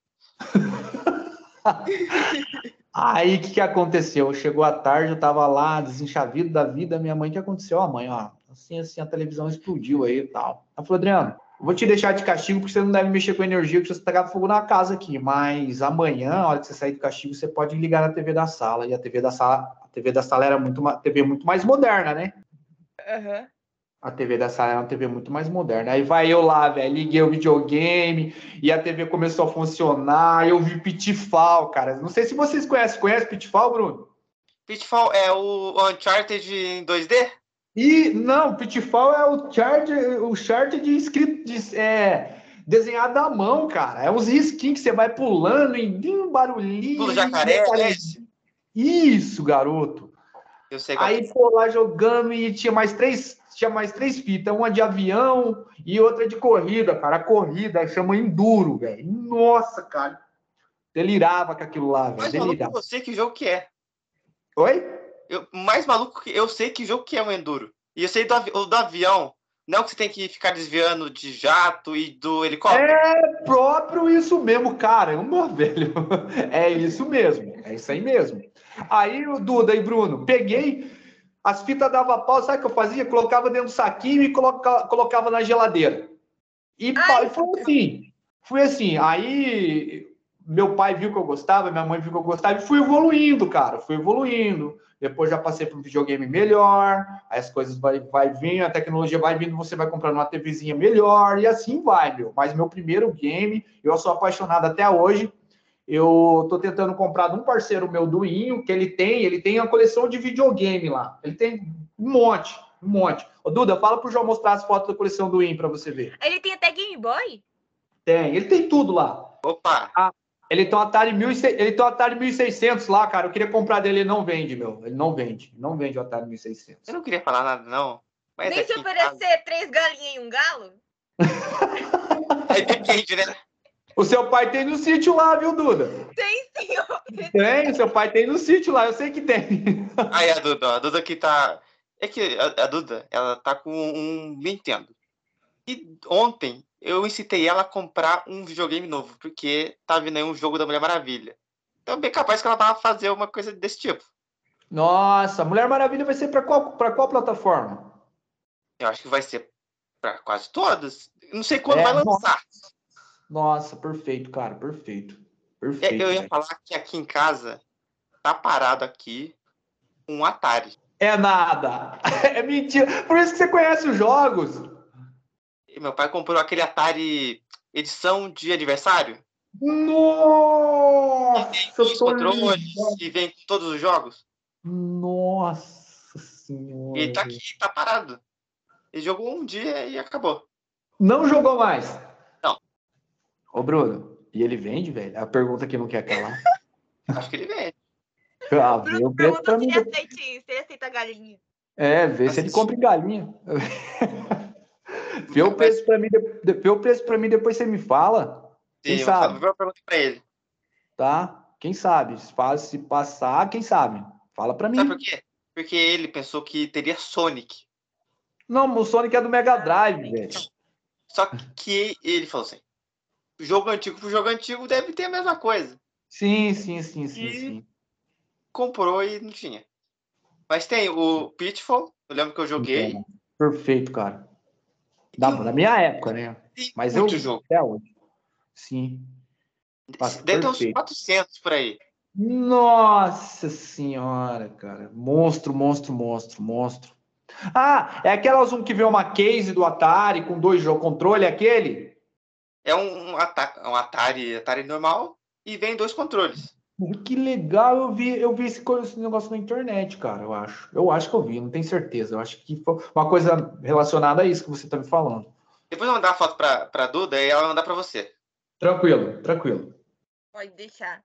Aí, o que, que aconteceu? Chegou a tarde, eu tava lá, desenchavido da vida, minha mãe, o que aconteceu? A mãe, ó, assim, assim, a televisão explodiu aí e tal. Ela falou, Adriano, eu vou te deixar de castigo porque você não deve mexer com energia, porque você tá fogo na casa aqui, mas amanhã, na hora que você sair do castigo, você pode ligar na T V da sala, e a T V da sala, a T V da sala era muito, uma T V muito mais moderna, né? Aham. Uhum. A T V da sala era uma T V muito mais moderna. Aí vai eu lá, velho, liguei o videogame e a T V começou a funcionar. Eu vi Pitfall, cara. Não sei se vocês conhecem. Conhece Pitfall, Bruno? Pitfall é o Uncharted em dois D? E não, Pitfall é o chart, o chart de escrito, de, é, desenhado à mão, cara. É uns risquinhos que você vai pulando e um barulhinho. Pula jacaré, é isso, garoto. Eu sei Aí foi lá jogando e tinha mais três. Tinha mais três fitas, uma de avião e outra de corrida, cara. A corrida chama Enduro, velho. Nossa, cara. Delirava com aquilo lá, velho. Mais Delirava. maluco, eu sei que jogo que é. Oi? Eu, mais maluco que eu sei que jogo que é o Enduro. E eu sei do, avi do avião. Não que você tem que ficar desviando de jato e do helicóptero. É próprio isso mesmo, caramba, velho. É isso mesmo. É isso aí mesmo. Aí, o Duda e Bruno, peguei... As fitas dava pau, sabe o que eu fazia? Colocava dentro do saquinho e coloca, colocava na geladeira. E, pá, e foi assim. Foi assim. Aí meu pai viu que eu gostava, minha mãe viu que eu gostava e fui evoluindo, cara, fui evoluindo. Depois já passei para um videogame melhor, aí as coisas vai, vai vindo, a tecnologia vai vindo, você vai comprando uma TVzinha melhor e assim vai, meu. Mas meu primeiro game, eu sou apaixonado até hoje. Eu tô tentando comprar de um parceiro meu do Inho, que ele tem, ele tem uma coleção de videogame lá. Ele tem um monte, um monte. Ô, Duda, fala pro João mostrar as fotos da coleção do Inho para você ver. Ele tem até Game Boy? Tem, ele tem tudo lá. Opa! Ah, ele tem um Atari mil e seiscentos, ele tem um Atari mil e seiscentos lá, cara. Eu queria comprar dele, ele não vende, meu. Ele não vende. Não vende o Atari mil e seiscentos. Eu não queria falar nada, não. Mas Nem se aqui em oferecer casa- três galinhas e um galo? Aí depende, né? O seu pai tem no sítio lá, viu, Duda? Tem, senhor. Tem, o seu pai tem no sítio lá, eu sei que tem. Aí a Duda, ó, a Duda aqui tá... É que a, a Duda, ela tá com um Nintendo. E ontem eu incitei ela a comprar um videogame novo, porque tá vindo aí um jogo da Mulher Maravilha. Então é bem capaz que ela vá fazer uma coisa desse tipo. Nossa, Mulher Maravilha vai ser para qual, para qual plataforma? Eu acho que vai ser pra quase todas. Não sei quando É, vai lançar. Nossa, perfeito, cara, perfeito. É, Perfeito. eu ia velho. falar que aqui em casa tá parado aqui um Atari. É nada. É mentira. Por isso que você conhece os jogos. E meu pai comprou aquele Atari edição de aniversário. Nossa, Tem eu dois tô controles ligado. e vem com todos os jogos. Nossa E senhora. ele tá aqui, tá parado. Ele jogou um dia e acabou. Não jogou mais? Não. Ô, Bruno, e ele vende, velho? A pergunta que não quer calar. Acho que ele vende. Ah, vê o Bruno preço pra perguntou se mim. ele aceita, se ele aceita galinha. É, vê se ele compra em galinha. Vê o preço para mim, de- vê o preço para mim, depois você me fala. Quem Sim, eu vou sabe, fazer uma pergunta pra ele. tá? Quem sabe? Se faz- se passar, quem sabe? Fala para Sabe mim. por quê? Porque ele pensou que teria Sonic. Não, o Sonic é do Mega Drive, velho. Só que ele falou assim: jogo antigo pro jogo antigo deve ter a mesma coisa. Sim, sim, sim, sim, E- sim. Comprou e não tinha. Mas tem o Pitfall, eu lembro que eu joguei. Então, perfeito, cara. E Da, tem, da minha época, né? tem Mas eu muito jogo. até hoje. Sim. Passa Deve ter uns perfeito. quatrocentos por aí. Nossa senhora, cara. Monstro, monstro, monstro, monstro. Ah, é aquela Zoom que vê uma case do Atari com dois jogos controle, é aquele? É um, um, Atari, um Atari, Atari normal e vem dois controles. Que legal, eu vi, eu vi esse, co- esse negócio na internet, cara, eu acho. Eu acho que eu vi, não tenho certeza. Eu acho que foi uma coisa relacionada a isso que você tá me falando. Depois eu vou mandar a foto pra, pra Duda e ela vai mandar pra você. Tranquilo, tranquilo. Pode deixar.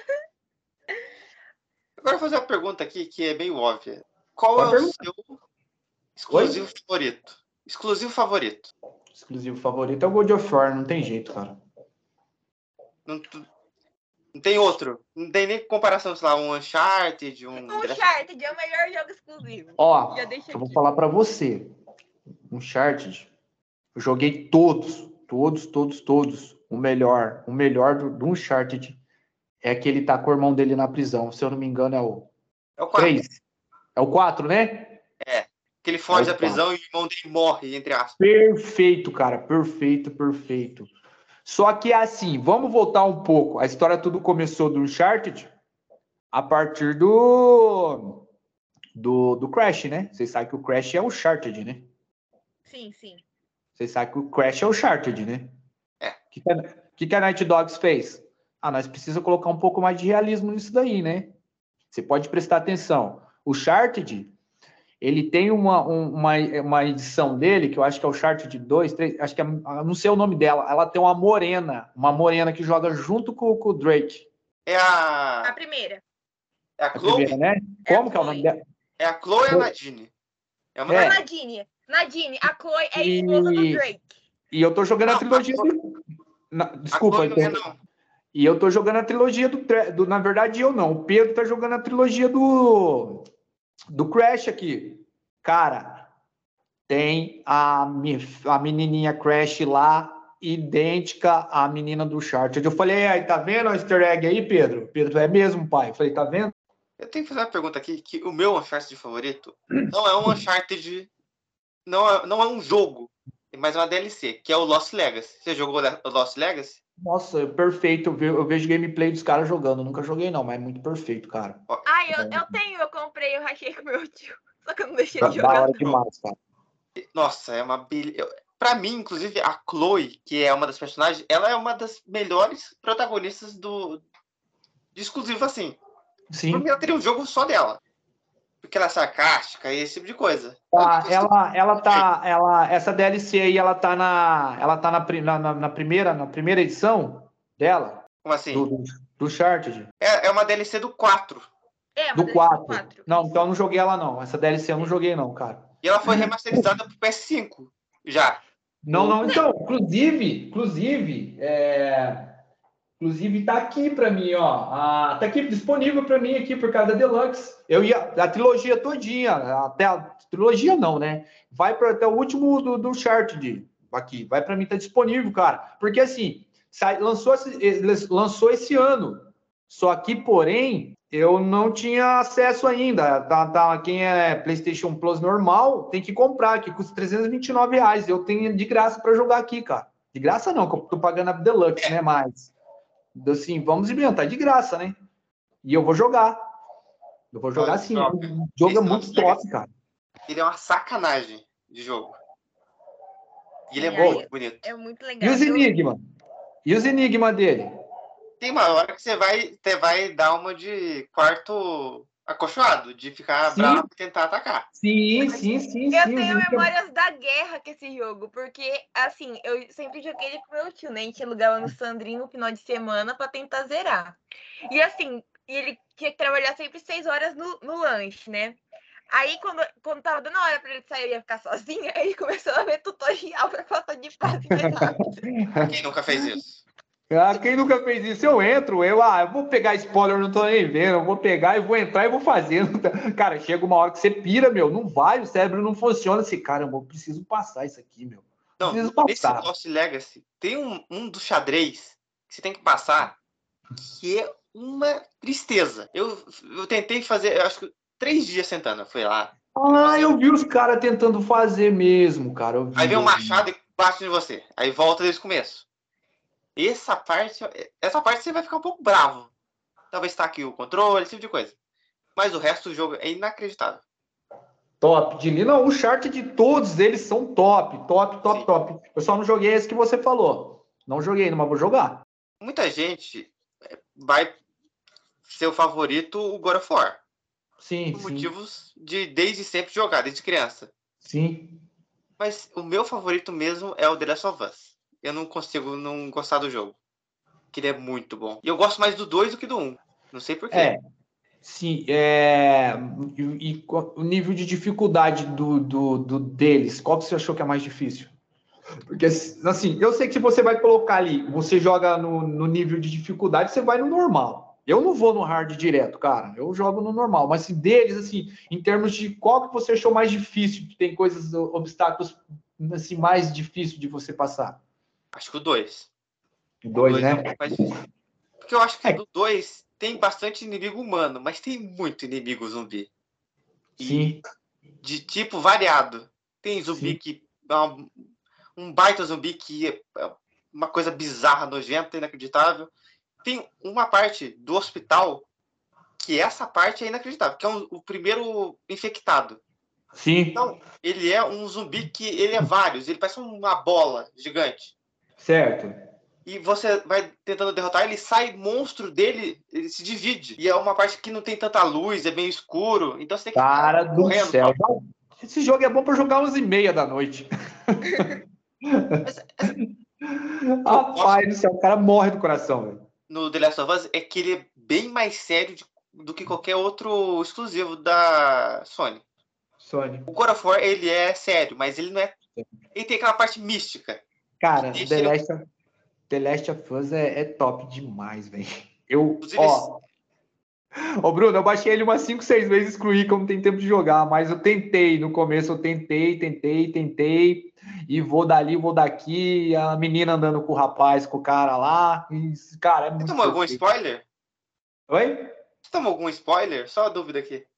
Agora eu vou fazer uma pergunta aqui que é meio óbvia. Qual Pode é o perguntar. seu exclusivo favorito? Exclusivo favorito. Exclusivo favorito é o God of War, não tem jeito, cara. Não, não tem outro. Não tem nem comparação, sei lá, um Uncharted, um... O Uncharted é o melhor jogo exclusivo. Ó, Já deixa eu vou aqui. falar pra você. Uncharted, eu joguei todos, todos, todos, todos. O melhor, o melhor do, do Uncharted é que ele tá com o irmão dele na prisão. Se eu não me engano, é o É o quatro. três. É o quatro, né? É. Que ele foge É o da prisão e o irmão dele morre, entre aspas. Perfeito, cara. Perfeito, perfeito. Só que assim, vamos voltar um pouco. A história tudo começou do Uncharted a partir do do, do Crash, né? Vocês sabem que o Crash é o Uncharted, né? Sim, sim. Vocês sabem que o Crash é o Uncharted, né? É. O que, que, a, que, que a Naughty Dogs fez? Ah, nós precisamos colocar um pouco mais de realismo nisso daí, né? Você pode prestar atenção. O Uncharted, ele tem uma, um, uma, uma edição dele, que eu acho que é o Uncharted dois, três, acho que é, não sei o nome dela, ela tem uma morena, uma morena que joga junto com, com o Drake. É a... A primeira. É a A Chloe? primeira, né? É a Como que é o nome Chloe. dela? É a Chloe e a Nadine. É uma É. A Nadine. Nadine, a Chloe é a E- esposa do Drake. E eu tô jogando Não, a trilogia a Chloe- do... Na- Desculpa, A Chloe não é, então. não. E eu tô jogando a trilogia do, tre- do. Na verdade, eu não. O Pedro tá jogando a trilogia do. Do Crash aqui. Cara, tem a, mi- a menininha Crash lá, idêntica à menina do Uncharted. Eu falei, aí, tá vendo o easter egg aí, Pedro? Pedro, é mesmo, pai? Eu falei, tá vendo? Eu tenho que fazer uma pergunta aqui, que o meu Uncharted favorito não é um Uncharted... Não é, não é um jogo, mas é uma D L C, que é o Lost Legacy. Você jogou o Lost Legacy? Nossa, é perfeito. Eu ve- eu vejo gameplay dos caras jogando. Nunca joguei, não, mas é muito perfeito, cara. Ah, eu, eu tenho, eu comprei, eu rachei com meu tio. Só que eu não deixei Da ele da jogar. hora não. demais, cara. Nossa, é uma beleza. Pra mim, inclusive, a Chloe, que é uma das personagens, ela é uma das melhores protagonistas do de exclusivo assim. Por Sim. mim, ela teria um jogo só dela. Porque ela é sarcástica e esse tipo de coisa. Tá, Eu- ela, ela tá, ela, essa D L C aí, ela tá na, ela tá na, pri- na, na- na primeira, na primeira edição dela, Como assim? do, do, do Uncharted, É, é uma D L C do quatro. É, do mas quatro. quatro. Não, então eu não joguei ela não. Essa D L C eu não joguei não, cara. E ela foi remasterizada pro P S cinco. Já. Não, não, então, inclusive, inclusive, é, inclusive tá aqui pra mim, ó, a, tá aqui disponível pra mim aqui por causa da Deluxe. Eu ia a trilogia todinha, até a trilogia não, né? Vai para até o último do, do Uncharted aqui, vai pra mim tá disponível, cara. Porque assim, sai, lançou esse, lançou esse ano. Só que, porém, eu não tinha acesso ainda. Tá, tá, quem é PlayStation Plus normal tem que comprar, que custa trezentos e vinte e nove reais. Eu tenho de graça para jogar aqui, cara. De graça não, que eu tô pagando a Deluxe, né? Mas, assim, vamos inventar de graça, né? E eu vou jogar. Eu vou jogar sim. O jogo é muito top, cara. Ele é uma sacanagem de jogo. E ele é Sim, muito aí bonito. É muito E legal. os Eu- Enigma? E os Enigma dele? Tem uma hora que você vai, você vai dar uma de quarto acolchoado, de ficar Sim. bravo e tentar atacar. Sim, sim, sim, Eu sim. Os tenho Enigma. memórias da guerra com esse jogo, porque, assim, eu sempre joguei ele com meu tio, né? A gente alugava no Sandrinho no final de semana pra tentar zerar. E, assim, ele tinha que trabalhar sempre seis horas no, no lanche, né? Aí, quando, quando tava dando a hora pra ele sair, eu ia ficar sozinha, aí ele começou a ver tutorial pra passar de fase mais rápido. Quem nunca fez isso? Ah, quem nunca fez isso? Eu entro, eu, ah, eu vou pegar spoiler, não tô nem vendo, eu vou pegar e vou entrar e vou fazendo. Cara, chega uma hora que você pira, meu, não vai, o cérebro não funciona assim, caramba, eu preciso passar isso aqui, meu. Não, Preciso nesse passar. Lost Legacy, tem um, um do xadrez que você tem que passar, que é uma tristeza. Eu, eu tentei fazer, eu acho que três dias sentando, eu fui lá. Ah, eu vi os caras tentando fazer mesmo, cara. Eu vi, Aí vem um eu vi. machado e bate em você. Aí volta desde o começo. Essa parte, essa parte você vai ficar um pouco bravo. Talvez tá aqui o controle, esse tipo de coisa. Mas o resto do jogo é inacreditável. Top. De não, o chart de todos eles são top, top, top, Sim. top. Eu só não joguei esse que você falou. Não joguei, mas vou jogar. Muita gente vai ser o favorito o God of War. Sim, Por sim, motivos de desde sempre jogar, desde criança. sim. Mas o meu favorito mesmo é o The Last of Us. Eu não consigo não gostar do jogo. Que ele é muito bom. E eu gosto mais do dois do que do um. Não sei porquê. É, sim, é, e, e qual- o nível de dificuldade do, do, do deles, qual que você achou que é mais difícil? Porque, assim, eu sei que se você vai colocar ali, você joga no, no nível de dificuldade, você vai no normal. Eu não vou no hard direto, cara. Eu jogo no normal. Mas se deles, assim, em termos de qual que você achou mais difícil, que tem coisas, obstáculos, assim, mais difícil de você passar? Acho que o dois. O O dois, dois é né? muito mais difícil. Porque eu acho que É, do dois tem bastante inimigo humano, mas tem muito inimigo zumbi. E sim, de tipo variado. Tem zumbi sim. que. Um, um baita zumbi que é uma coisa bizarra, nojenta, inacreditável. Tem uma parte do hospital que essa parte é inacreditável, que é um, o primeiro infectado. Sim, Então, ele é um zumbi que ele é vários, ele parece uma bola gigante. certo. E você vai tentando derrotar, ele sai monstro dele, ele se divide. E é uma parte que não tem tanta luz, é bem escuro, então você tem que Cara ficar do correndo. céu. Só. Esse jogo é bom para jogar onze e meia da noite. Mas o que eu gosto Rapaz do céu, o cara morre do coração, velho. no The Last of Us é que ele é bem mais sério de- do que qualquer outro exclusivo da Sony. Sony. O God of War, ele é sério, mas ele não é... Ele tem aquela parte mística. Cara, Deixa The ele- Last of, The Last of Us é, é top demais, velho. Eu, Inclusive, ó, Ô, Bruno, eu baixei ele umas cinco, seis vezes, excluí, como tem tempo de jogar, mas eu tentei, no começo eu tentei, tentei, tentei, e vou dali, vou daqui, a menina andando com o rapaz, com o cara lá, e, cara, é Você muito tomou algum perfeito. spoiler? Oi? Você tomou algum spoiler? Só uma dúvida aqui.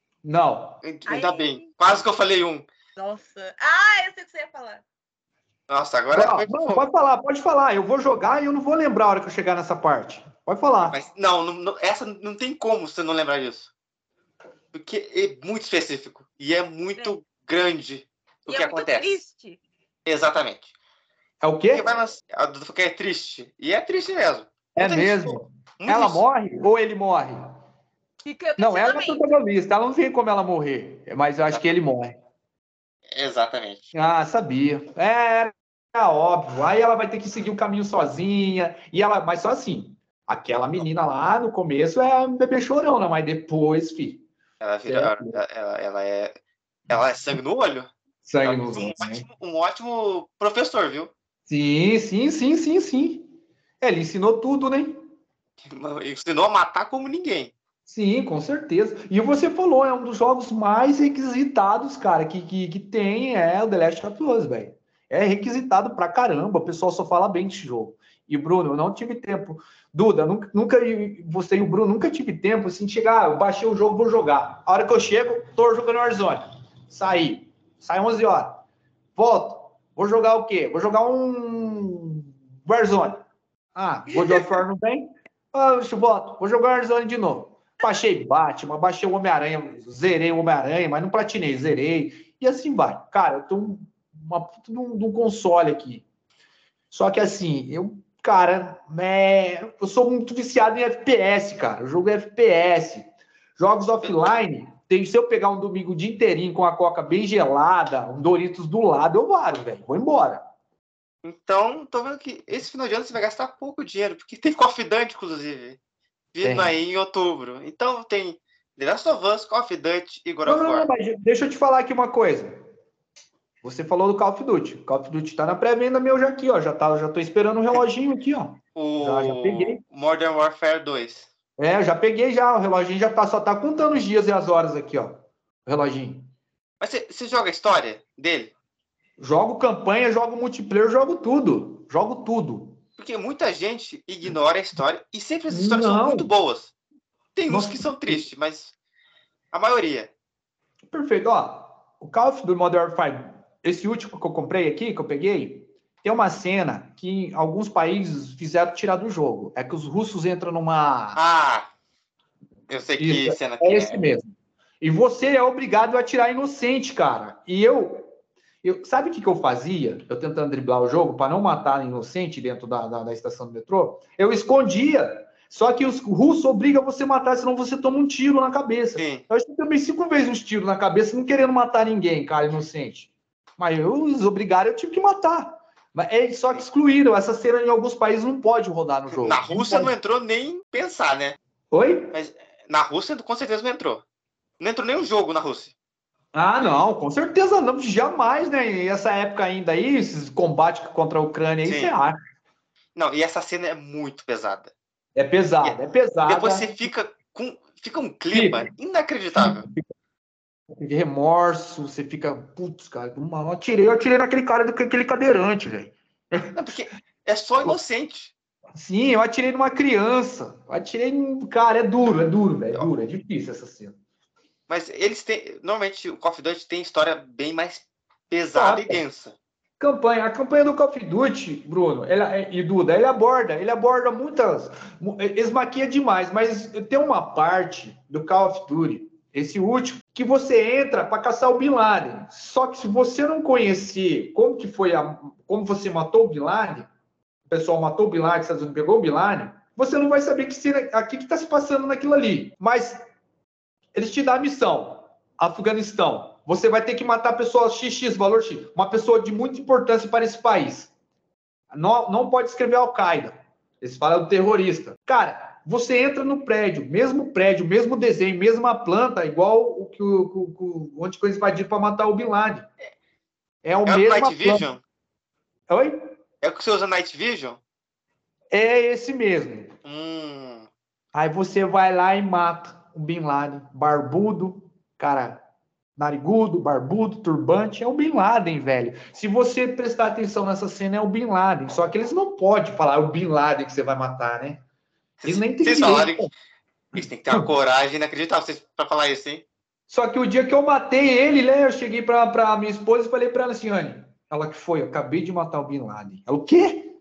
Não. Ainda Ai. bem. Quase que eu falei um. Nossa. Ah, eu sei o que você ia falar. Nossa, agora Não, foi... não, pode falar, pode falar. Eu vou jogar e eu não vou lembrar a hora que eu chegar nessa parte. Pode falar. Mas não, não, não- essa não tem como você não lembrar disso. Porque é muito específico. E é muito grande o E que é muito acontece. triste. Exatamente. É o Porque quê? vai lançar... A Duda falou que é triste. E é triste mesmo. É Muita gente mesmo. ficou muito Ela triste. morre ou ele morre? Fica o Não, ela é questionamento. protagonista. Ela não tem como ela morrer. Mas eu acho que ele morre. Exatamente. Ah, sabia. É, é óbvio. Aí ela vai ter que seguir o caminho sozinha. E ela, mas só assim. Aquela menina lá no começo é um bebê chorona, mas depois, filho. Ela, vira, Certo. ela, ela, ela é, ela é sangue no olho. Sangue Ela nos foi um olhos, né? ótimo, um ótimo professor, viu? Sim, sim, sim, sim, sim. Ele ensinou tudo, né? Ensinou a matar como ninguém. Sim, com certeza. E você falou, é um dos jogos mais requisitados, cara, que, que, que tem, é o The Last of Us, velho. É requisitado pra caramba, o pessoal só fala bem desse jogo. E, Bruno, eu não tive tempo. Duda, nunca, nunca você e o Bruno nunca tive tempo assim de chegar, ah, eu baixei o jogo, vou jogar. A hora que eu chego, tô jogando Warzone. Saí. Sai onze horas. Volto. Vou jogar o quê? Vou jogar um Warzone. Ah, God of War não tem? Ah, eu volto. Vou jogar Warzone de novo. Baixei Batman, baixei o Homem-Aranha, zerei o Homem-Aranha, mas não platinei, zerei. E assim vai. Cara, eu tô uma puta de um, de um console aqui. Só que assim, eu, cara, né, eu sou muito viciado em F P S, cara. Eu jogo F P S. Jogos offline, tem, se eu pegar um domingo o dia inteirinho com a coca bem gelada, um Doritos do lado, eu varo, velho. Vou embora. Então, tô vendo que esse final de ano você vai gastar pouco dinheiro, porque tem Call of Duty, inclusive, vindo Tem. aí em outubro. Então tem The Last of Us, Call of Duty e God Não, of não, não, War. mas deixa eu te falar aqui uma coisa. Você falou do Call of Duty. Call of Duty tá na pré-venda meu já aqui, ó. Já, tá, já tô esperando o reloginho aqui, ó. Já, já peguei. O Modern Warfare dois. É, já peguei já. O reloginho já tá, só tá contando os dias e as horas aqui, ó. O reloginho. Mas você, você joga a história dele? Jogo campanha, jogo multiplayer, jogo tudo. Jogo tudo. Porque muita gente ignora a história e sempre as histórias são Não. muito boas. Tem uns Nossa, que são tristes, mas a maioria. perfeito. Ó, o Call of Duty Modern Warfare, esse último que eu comprei aqui, que eu peguei, tem uma cena que alguns países fizeram tirar do jogo. É que os russos entram numa... Ah, eu sei que Isso, cena que é é. esse mesmo. E você é obrigado a atirar inocente, cara. E eu, eu sabe o que, que eu fazia? Eu tentando driblar o jogo para não matar inocente dentro da, da, da estação do metrô. Eu escondia. Só que os russos obrigam você a matar, senão você toma um tiro na cabeça. Sim. Eu acho também cinco vezes uns tiros na cabeça, não querendo matar ninguém, cara, inocente. Mas eu, eles obrigaram, eu tive que matar. Mas é só que excluíram. Essa cena em alguns países não pode rodar no jogo. Na Rússia não, não entrou nem pensar, né? Oi? Mas na Rússia com certeza não entrou. Não entrou nenhum jogo na Rússia. Ah, não, com certeza não, jamais, né? E essa época ainda aí, esses combates contra a Ucrânia aí, Sim. você acha. Não, e essa cena é muito pesada. É pesada, é pesada. Depois você fica com. Fica um clima Fica. inacreditável. Fica remorso, você fica, putz, cara, eu atirei, eu atirei naquele cara daquele cadeirante, velho. Não, porque é só inocente. Sim, eu atirei numa criança. Eu atirei num. Cara, é duro, é duro, velho. É duro, é difícil essa cena. Mas eles têm. Normalmente o Call of Duty tem história bem mais pesada Nossa. e densa. Campanha, a campanha do Call of Duty, Bruno, ela, e Duda, ele aborda, ele aborda muitas, esmaquia demais, mas tem uma parte do Call of Duty, esse último, que você entra para caçar o Bin Laden. Só que se você não conhecer como que foi a, como você matou o Bin Laden, o pessoal matou o Bin Laden, Estados Unidos pegou o Bin Laden, você não vai saber que cena, aqui que está se passando naquilo ali. Mas eles te dão a missão, Afeganistão. Você vai ter que matar a pessoa X X, valor X, uma pessoa de muita importância para esse país. Não, não pode escrever Al-Qaeda. Eles falam do terrorista. Cara, você entra no prédio, mesmo prédio, mesmo desenho, mesma planta, igual o que o, o, o onde foi invadido para matar o Bin Laden. É o É o mesmo. Night Vision? Oi? É o que você usa Night Vision? É esse mesmo. Hum. Aí você vai lá e mata o Bin Laden, barbudo, cara, narigudo, barbudo, turbante, é o Bin Laden, velho. Se você prestar atenção nessa cena, é o Bin Laden. Só que eles não podem falar é o Bin Laden que você vai matar, né? Eles nem têm Vocês direito. falaram que eles têm que ter uma coragem inacreditável para falar isso, hein? Só que o dia que eu matei ele, né, eu cheguei pra, pra minha esposa e falei pra ela assim, Anne, Ela que foi, eu acabei de matar o Bin Laden. Ela, o quê?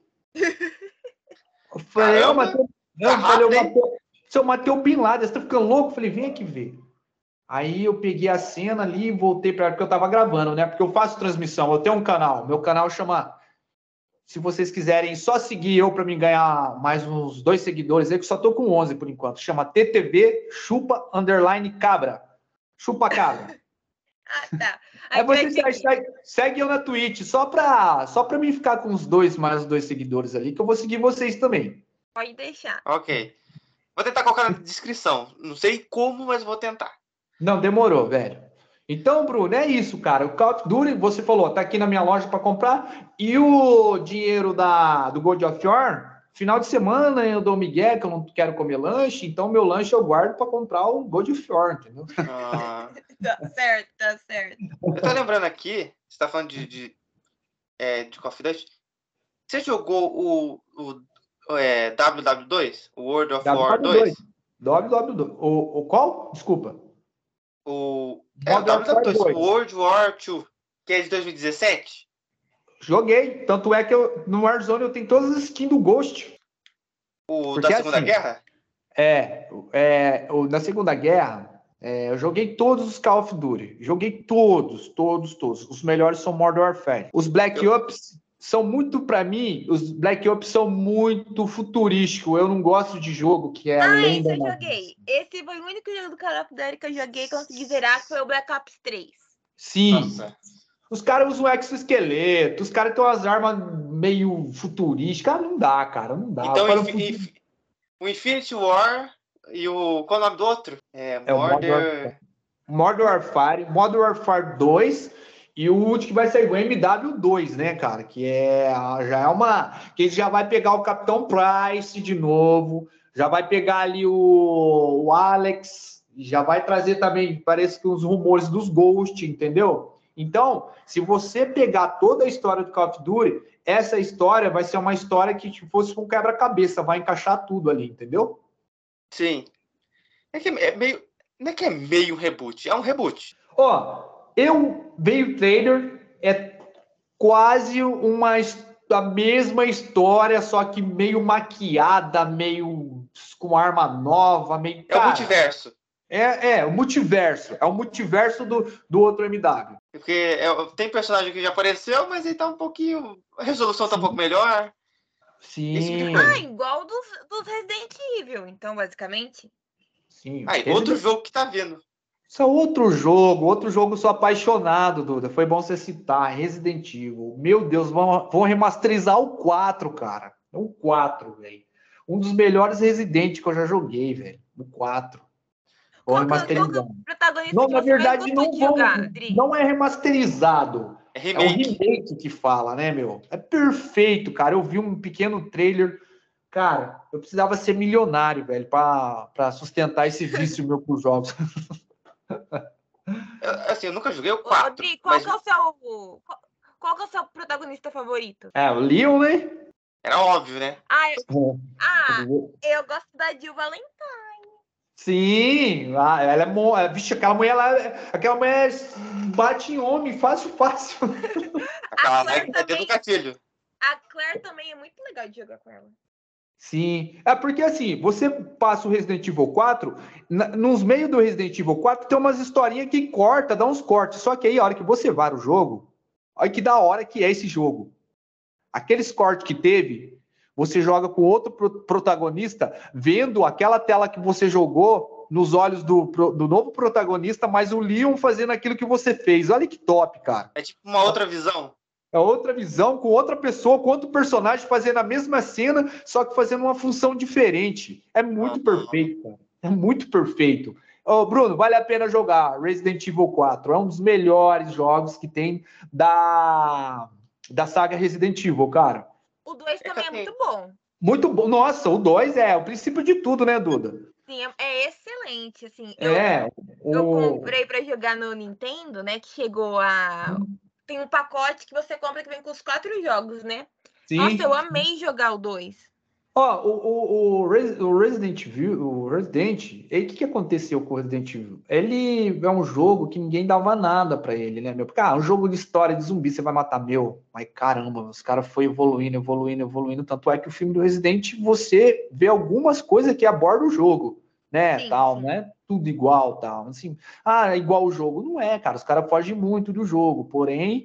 Eu falei, eu matei, eu, tá falei, eu rápido, matei, se eu matei o Bin Laden, você tá ficando louco? Eu falei, vem aqui ver. Aí eu peguei a cena ali e voltei para porque eu tava gravando, né? Porque eu faço transmissão, eu tenho um canal, meu canal chama, se vocês quiserem só seguir eu para me ganhar mais uns dois seguidores aí, que só tô com onze por enquanto, chama T T V Chupa Underline Cabra. Chupa Cabra. Ah, tá. Aí Aqui você segue, segue, segue eu na Twitch, só pra, só pra mim ficar com os dois, mais os dois seguidores ali, que eu vou seguir vocês também. Pode deixar. Ok. Vou tentar colocar na descrição. Não sei como, mas vou tentar. Não, demorou, velho. Então, Bruno, é isso, cara. O Call of Duty, você falou, tá aqui na minha loja para comprar. E o dinheiro da, do God of War, final de semana eu dou migué, que eu não quero comer lanche, então meu lanche eu guardo para comprar o God of War, entendeu? Ah, Tá certo, tá certo. eu tô lembrando aqui, você tá falando de, de, é, de Call of Duty. Você jogou o, o é, W W dois? O World of War dois? W W dois. O, o qual? Desculpa. O, é, o W W dois, o World War dois, que é de dois mil e dezessete? Joguei. Tanto é que eu, no Warzone eu tenho todas as skins do Ghost. O Porque da Segunda assim, Guerra? É, é o, na Segunda Guerra, é, eu joguei todos os Call of Duty. Joguei todos, todos, todos. Os melhores são Modern Warfare. Os Black eu... Ops são muito, pra mim, os Black Ops são muito futurísticos. Eu não gosto de jogo que é ah, além da... Ah, esse eu joguei. Esse foi o único jogo do Call of Duty que eu joguei e consegui zerar, que foi o Black Ops três. Sim. Nossa. Os caras usam exoesqueleto, os caras têm umas armas meio futurísticas. Ah, não dá, cara, não dá. Então, o, inf... Inf... o Infinity War e o... Qual é o nome do outro? É, é Modern... Modern Warfare, Modern Warfare dois... E o último que vai sair o M W dois, né, cara? Que é já é uma. Que já vai pegar o Capitão Price de novo, já vai pegar ali o, o Alex, já vai trazer também, parece que os rumores dos Ghost, entendeu? Então, se você pegar toda a história do Call of Duty, essa história vai ser uma história que tipo, fosse um quebra-cabeça, vai encaixar tudo ali, entendeu? Sim. É que é meio. Não é que é meio reboot, é um reboot. Ó. Eu veio o trailer, é quase uma a mesma história, só que meio maquiada, meio com arma nova, meio. É o multiverso. É, é, o multiverso. É o multiverso do, do outro M W. Porque é, tem personagem que já apareceu, mas ele tá um pouquinho. A resolução Sim. tá um pouco melhor. Sim. Esse tipo de coisa. Ah, igual dos, dos Resident Evil, então, basicamente. Sim. Ah, Resident... outro jogo que tá vindo. Isso é outro jogo, outro jogo, sou apaixonado, Duda. Foi bom você citar, Resident Evil. Meu Deus, vão, vão remasterizar o quatro, cara. O quatro, velho. Um dos melhores Resident que eu já joguei, velho. O quatro. Vão remasterizar. Não, na verdade, não, vão, não é remasterizado. É remake. É um remake que fala, né, meu? É perfeito, cara. Eu vi um pequeno trailer. Cara, eu precisava ser milionário, velho, para sustentar esse vício meu com os jogos. Eu, assim, eu nunca joguei o quatro. Rodrigo, qual mas... que é o seu. Qual, qual que é o seu protagonista favorito? É, o Leon, né? Era óbvio, né? Ah, eu, ah, eu gosto da Jill Valentine. Sim, ah, ela é boa. Vixe, aquela mulher lá, aquela mulher bate em homem, fácil, fácil. Aquela lá é também, do gatilho. A Claire também é muito legal de jogar com ela. Sim, é porque assim, você passa o Resident Evil quatro, na, nos meios do Resident Evil quatro tem umas historinhas que corta, dá uns cortes, só que aí a hora que você vai no jogo, olha que da hora que é esse jogo. Aqueles cortes que teve, você joga com outro pro, protagonista, vendo aquela tela que você jogou nos olhos do, do novo protagonista, mas o Leon fazendo aquilo que você fez. Olha que top, cara. É tipo uma outra visão. É outra visão, com outra pessoa, com outro personagem fazendo a mesma cena, só que fazendo uma função diferente. É muito uhum. perfeito, cara. É muito perfeito. Ô, Bruno, vale a pena jogar Resident Evil quatro. É um dos melhores jogos que tem da, da saga Resident Evil, cara. O dois também é muito bom. Muito bom. Nossa, o dois é o princípio de tudo, né, Duda? Sim, é excelente, assim. Eu, é. O... eu comprei para jogar no Nintendo, né, que chegou a... Hum. Tem um pacote que você compra que vem com os quatro jogos, né? Sim. Nossa, eu amei jogar o dois. Ó, o, o, o, Res- o Resident Evil, o Resident, e o que, que aconteceu com o Resident Evil? Ele é um jogo que ninguém dava nada pra ele, né, meu? Porque, ah, um jogo de história de zumbi, você vai matar, meu. Mas caramba, os caras foi evoluindo, evoluindo, evoluindo. Tanto é que o filme do Resident, você vê algumas coisas que abordam o jogo, né, Sim, tal, sim. né? Tudo igual, tal. Assim, ah, é igual o jogo. Não é, cara, os caras fogem muito do jogo. Porém,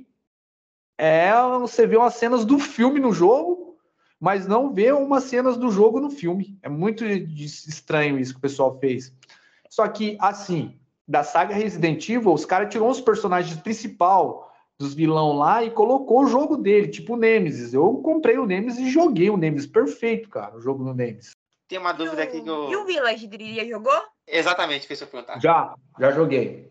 é, você vê umas cenas do filme no jogo, mas não vê umas cenas do jogo no filme. É muito estranho isso que o pessoal fez. Só que, assim, da saga Resident Evil, os caras tirou os personagens principal dos vilão lá e colocou o jogo dele, tipo o Nemesis. Eu comprei o Nemesis e joguei o Nemesis. Perfeito, cara, o jogo do Nemesis. Tem uma E dúvida aqui que o, e o eu. Village, Driria, jogou? Exatamente, fez eu perguntar. Já, já joguei.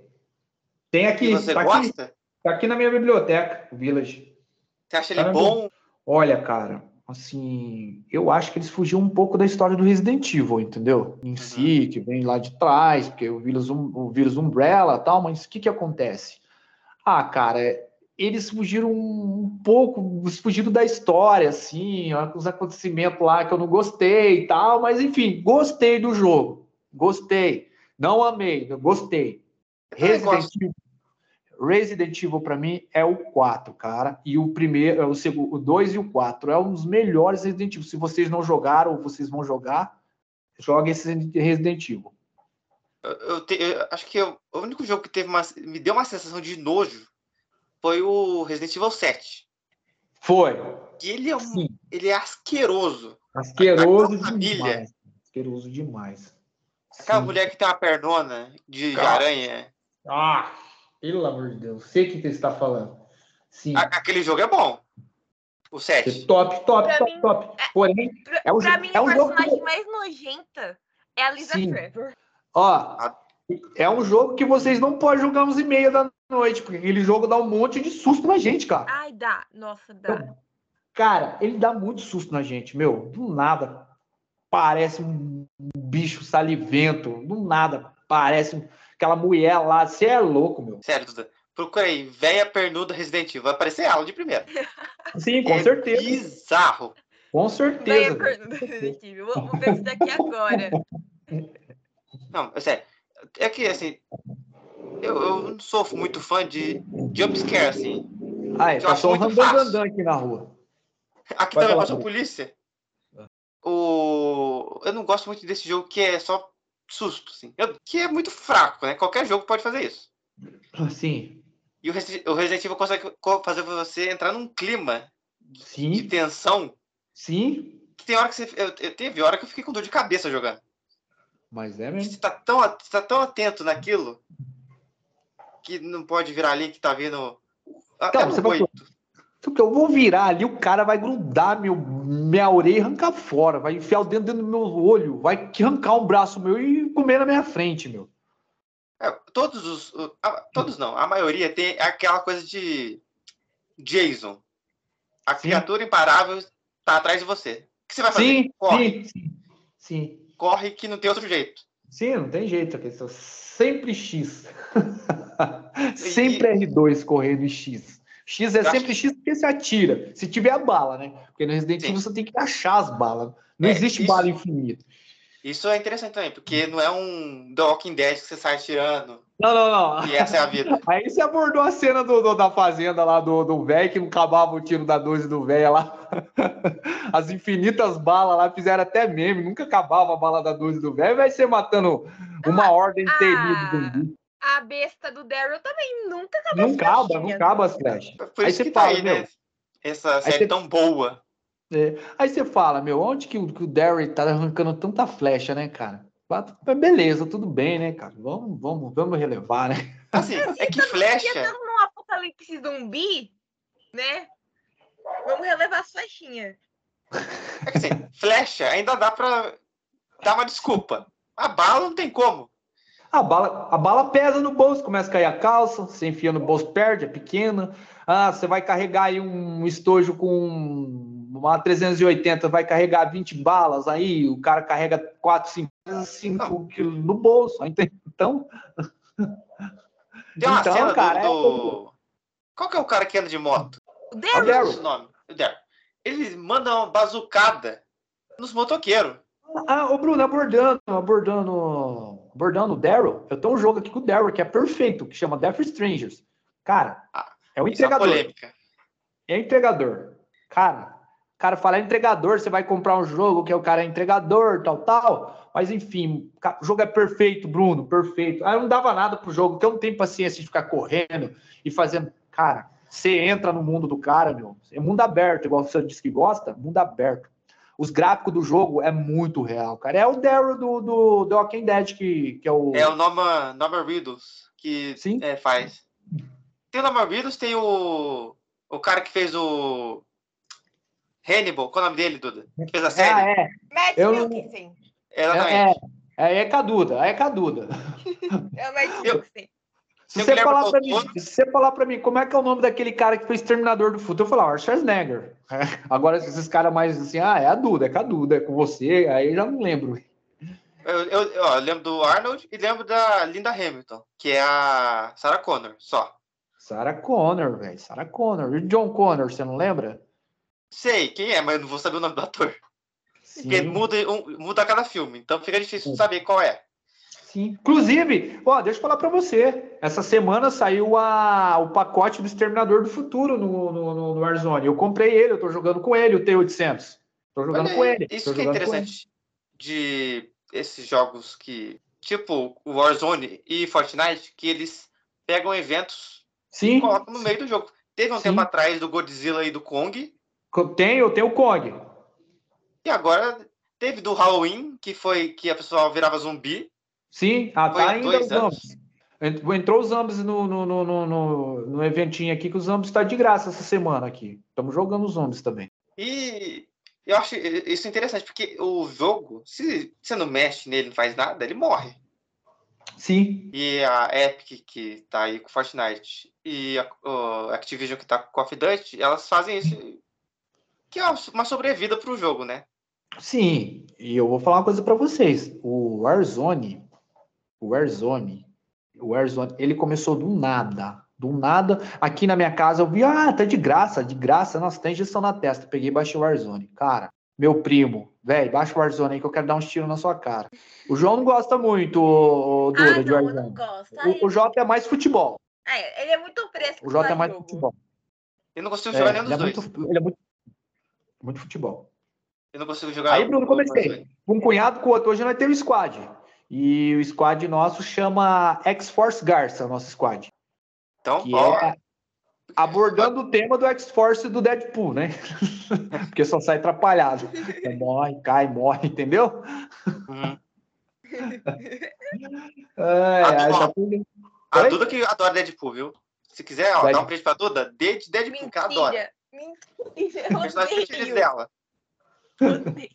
Tem E aqui, você tá aqui, gosta? tá aqui na minha biblioteca, o Village. Você acha Tá ele na minha- bom? Olha, cara, assim, eu acho que eles fugiram um pouco da história do Resident Evil, entendeu? Em Uhum. si, que vem lá de trás, porque o vírus, um- o vírus Umbrella e tal, mas o que que acontece? Ah, cara, eles fugiram um pouco, eles fugiram da história, assim, ó, os acontecimentos lá que eu não gostei e tal, mas enfim, gostei do jogo, gostei. Não amei, eu gostei. Eu também Resident gosto. Evil Resident Evil para mim é o quatro, cara. E o primeiro, é o segundo, o dois e o quatro é um dos melhores Resident Evil. Se vocês não jogaram ou vocês vão jogar, joguem esse Resident Evil. Eu, eu te- eu acho que eu- o único jogo que teve uma, me deu uma sensação de nojo foi o Resident Evil sete. Foi. E ele é, um, Sim. ele é asqueroso. Aquela Asqueroso família, demais. Asqueroso demais. aquela Sim. mulher que tem uma pernona de, de Ah, aranha. ah, pelo amor de Deus. Sei o que você está falando. Sim. A- aquele jogo é bom. O sete. Top, top, Pra top, mim, top. Porém, Pra, é um, pra jo- mim, é a um jogo personagem que... mais nojenta é a Lisa Sim. Trevor. Ó, A- é um jogo que vocês não podem jogar onze e meia da noite, porque aquele jogo dá um monte de susto na gente, cara. Ai, dá. Nossa, dá. Cara, ele dá muito susto na gente, meu. Do nada parece um bicho salivento. Do nada parece aquela mulher lá. Você é louco, meu. Sério, Duda. Procura aí, véia pernuda Resident Evil. Vai aparecer ela de primeira. Sim, com É certeza. bizarro. Com Véia certeza. velho. pergunta do Resident Evil. Vou vou ver isso daqui agora. Não, é sério. É que, assim, eu, eu não sou muito fã de jumpscare, assim. Ah, é, Que eu acho passou um muito randan fácil. aqui na rua. Aqui Vai também falar, passou Felipe. polícia. O... Eu não gosto muito desse jogo que é só susto, assim. Eu- Que é muito fraco, né? Qualquer jogo pode fazer isso. Sim, E o Resi- o Resident Evil consegue co- fazer você entrar num clima de sim, tensão sim. que tem hora que você... Eu, eu teve hora que eu fiquei com dor de cabeça jogando. Mas é Você mesmo. tá tão, a- você tá tão atento naquilo que não pode virar ali que tá vindo... Até Então, no você falou, oito. porque eu vou virar ali, o cara vai grudar meu, minha orelha e arrancar fora, vai enfiar o dedo dentro do meu olho, vai arrancar um braço meu e comer na minha frente, meu. É, todos os... o- a- todos não. A maioria tem aquela coisa de Jason. A Sim, criatura imparável tá atrás de você. O que você vai fazer? sim, Corre. sim, sim, sim. Corre que não tem outro jeito. Sim, não tem jeito, a questão sempre X. E- Sempre R dois correndo em X. X é Eu acho sempre que- X porque você atira. Se tiver a bala, né? Porque no Resident Sim. Evil você tem que achar as balas. Não É, existe isso- bala infinita. Isso é interessante também, porque não é um The Walking Dead que você sai tirando Não, não, não. e essa é a vida. Aí você abordou a cena do, do- da fazenda lá do do velho, que não acabava o tiro da doze do velho lá. As infinitas balas lá fizeram até meme, nunca acabava a bala da doze do velho. Vai ser matando uma ordem inteirinha de A, zumbi. a besta do Daryl também nunca acabou Não as acaba, não flechinhas. acaba as flechas. Por Aí isso você que tá fala, aí, meu. né? Essa Aí série você, tão boa. é, aí você fala, meu, onde que o, que o Derry tá arrancando tanta flecha, né, cara? Mas beleza, tudo bem, né, cara? Vamos, vamos, vamos relevar, né? Assim, é que E flecha. estamos num apocalipse zumbi, né? Vamos relevar as flechinhas. É que assim, flecha ainda dá pra dar uma desculpa. A bala não tem como. A bala, a bala pesa no bolso, começa a cair a calça, você enfia no bolso, perde, é pequena. Ah, você vai carregar aí um estojo com uma trezentos e oitenta, vai carregar vinte balas, aí o cara carrega quatro, cinco quilos no bolso. Então, Tem uma então cena cara, do, é... do- Qual que é o cara que anda de moto? O Eu Daryl, não sei o nome. O Daryl. Ele manda uma bazucada nos motoqueiros. Ah, ô Bruno, abordando, abordando, abordando o Daryl, eu tenho um jogo aqui com o Daryl que é perfeito, que chama Death Strangers. Cara, Ah, é o isso é uma entregador. polêmica. É entregador. Cara, cara, falar entregador, você vai comprar um jogo que é o cara é entregador, tal, tal. Mas enfim, o jogo é perfeito, Bruno, perfeito. Aí eu não dava nada pro jogo, porque eu não tenho paciência de ficar correndo e fazendo. Cara, você entra no mundo do cara, meu. É mundo aberto, igual você disse que gosta, mundo aberto. Os gráficos do jogo é muito real, cara. É o Daryl do, do, do Walking Dead, que, que é o. É o Norman, Norman Reedus que Sim. é, faz. Tem o Norman Reedus, tem o. O cara que fez o. Hannibal, qual é o nome dele, Duda? Que fez a série. Ah, é. Matt Eu- Mikkelsen. Exatamente. É, é, é caduda, é caduda. É o Matt Eu- Mikkelsen. Se Tem você, o Guilherme falar pra Del mim, Toro. se você falar pra mim como é que é o nome daquele cara que foi Exterminador do Futuro, eu falar, o Schwarzenegger. Agora, esses caras mais assim, ah, é a Duda, é com a Duda, é com você, aí eu já não lembro. Eu, eu, ó, eu lembro do Arnold e lembro da Linda Hamilton, que é a Sarah Connor, só. Sarah Connor, velho, Sarah Connor. E o John Connor, você não lembra? Sei quem é, mas eu não vou saber o nome do ator. Porque Sim. muda, um, muda a cada filme, então fica difícil de saber qual é. Sim. Inclusive, ó, deixa eu falar pra você. Essa semana saiu a, o pacote do Exterminador do Futuro no, no, no, no Warzone. Eu comprei ele, eu tô jogando com ele, o T oitocentos. Tô jogando Olha com aí, ele. isso Tô que é jogando com ele. interessante de esses jogos que, tipo o Warzone e Fortnite, que eles pegam eventos e Sim. colocam no meio do jogo. Teve um Sim. tempo atrás do Godzilla e do Kong, Tem, eu tenho o Kong. e agora teve do Halloween, que foi que a pessoa virava zumbi. Sim, ah, Foi tá há ainda dois os anos. Zambis. Ent- Entrou os Zambis no, no, no, no, no, no eventinho aqui, que os Zambis está de graça essa semana aqui. Estamos jogando os Zambis também. E eu acho isso interessante, porque o jogo, se você não mexe nele, não faz nada, ele morre. Sim, E a Epic, que tá aí com Fortnite, e a, o Activision, que tá com Call of Duty, elas fazem isso, que é uma sobrevida pro jogo, né? sim. E eu vou falar uma coisa para vocês. O Warzone, o Warzone, o Warzone, ele começou do nada. Do nada. Aqui na minha casa eu vi, ah, tá de graça, de graça. Nossa, tem injeção na testa. Peguei e baixei o Warzone. Cara, meu primo, velho, baixa o Warzone aí que eu quero dar uns tiros na sua cara. O João não gosta muito, ô, ô, Dura, Ah, de não, eu Warzone. não gosto. Ai, O, o Jota é mais futebol. É, ele é muito fresco O Jota é pra mais jogo. futebol. Eu não consigo É, jogar nenhum ele, é dos muito, dois. ele é muito, muito futebol. Eu não consigo jogar Aí, Bruno, o comecei. Warzone. Com um cunhado, com o outro. Hoje nós temos squad. E o squad nosso chama X-Force Garça, nosso squad. Então, Que ó, é abordando o tema do X-Force do Deadpool, né? Porque só sai atrapalhado. Então, morre, cai, morre, entendeu? uhum. É, A, aí ó, tá tudo... a Oi? Duda que adora Deadpool, viu? Se quiser, ó, Deadpool. dar um presente pra Duda, dê de Deadpool, que ela adora. Mentira. Mentira. Eu O personagem preferido odeio. dela. Odeio.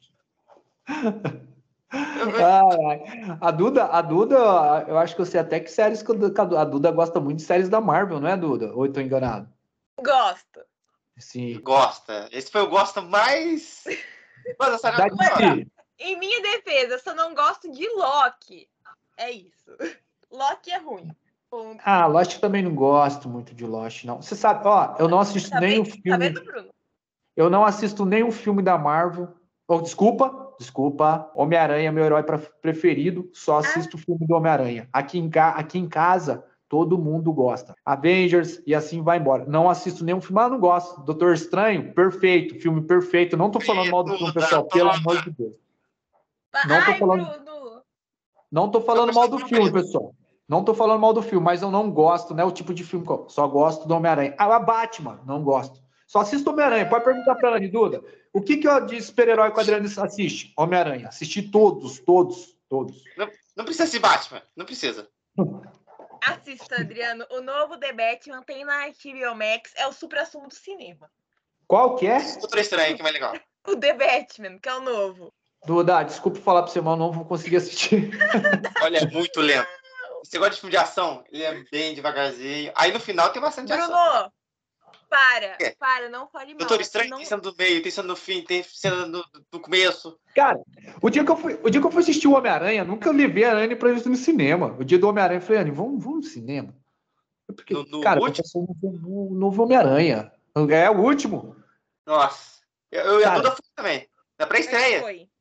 Eu- eu- Ah, ai. a Duda, a Duda, eu acho que eu sei até que séries que a Duda gosta muito de séries da Marvel, não é, Duda? Ou eu tô enganado? Gosto. Sim. Gosta. Esse foi o gosta mais. Mas essa Da não gosta. D C. Em minha defesa, eu só não gosto de Loki. É isso. Loki é ruim. Ponto. Ah, Lost eu também não gosto muito de Lost, não. Você sabe, ó, eu não assisto Tá nem o vendo? filme. Tá vendo, Bruno? Eu não assisto nenhum filme da Marvel. Oh, desculpa, desculpa. Homem-Aranha é meu herói pra- preferido. Só assisto o filme do Homem-Aranha. Aqui em, ca- aqui em casa, todo mundo gosta. Avengers e assim vai embora. Não assisto nenhum filme, ah, não gosto. Doutor Estranho, perfeito. Filme perfeito. Não tô falando mal do filme, pessoal, pelo amor de Deus. Não tô Ai, falando, Bruno. não tô falando mal do filme, pessoal. Não tô falando mal do filme, mas eu não gosto, né? O tipo de filme que eu só gosto do Homem-Aranha. Ah, a Batman, não gosto. Só assisto Homem-Aranha. Pode perguntar pra ela, Duda. O que que eu de super-herói que o Adriano assiste? Homem-Aranha. Assisti todos, todos, todos. Não, não precisa ser Batman. Não precisa. Assista, Adriano. O novo The Batman tem na H B O Max. É o supra-sumo do cinema. Qual que é? Doutor Estranho, que é mais legal. O The Batman, que é o novo. Duda, desculpa falar pra você, mas eu não vou conseguir assistir. Olha, é muito lento. Você gosta de filme de ação? Ele é bem devagarzinho. Aí no final tem bastante ação. Bruno, para. É. Para, não fale mal. Doutor Estranho Não... tem cena do meio, tem cena no fim, tem cena no, no começo. Cara, o dia que eu fui, o dia que eu fui assistir o Homem-Aranha, nunca levei a Anne pra ir no cinema. O dia do Homem-Aranha, eu falei, Anne, vamos, vamos no cinema. Porque, No, no cara, último? eu vou ver o novo Homem-Aranha. É o último. Nossa. Eu, eu e a Cara, Duda fui também. Na pré-estreia. Foi.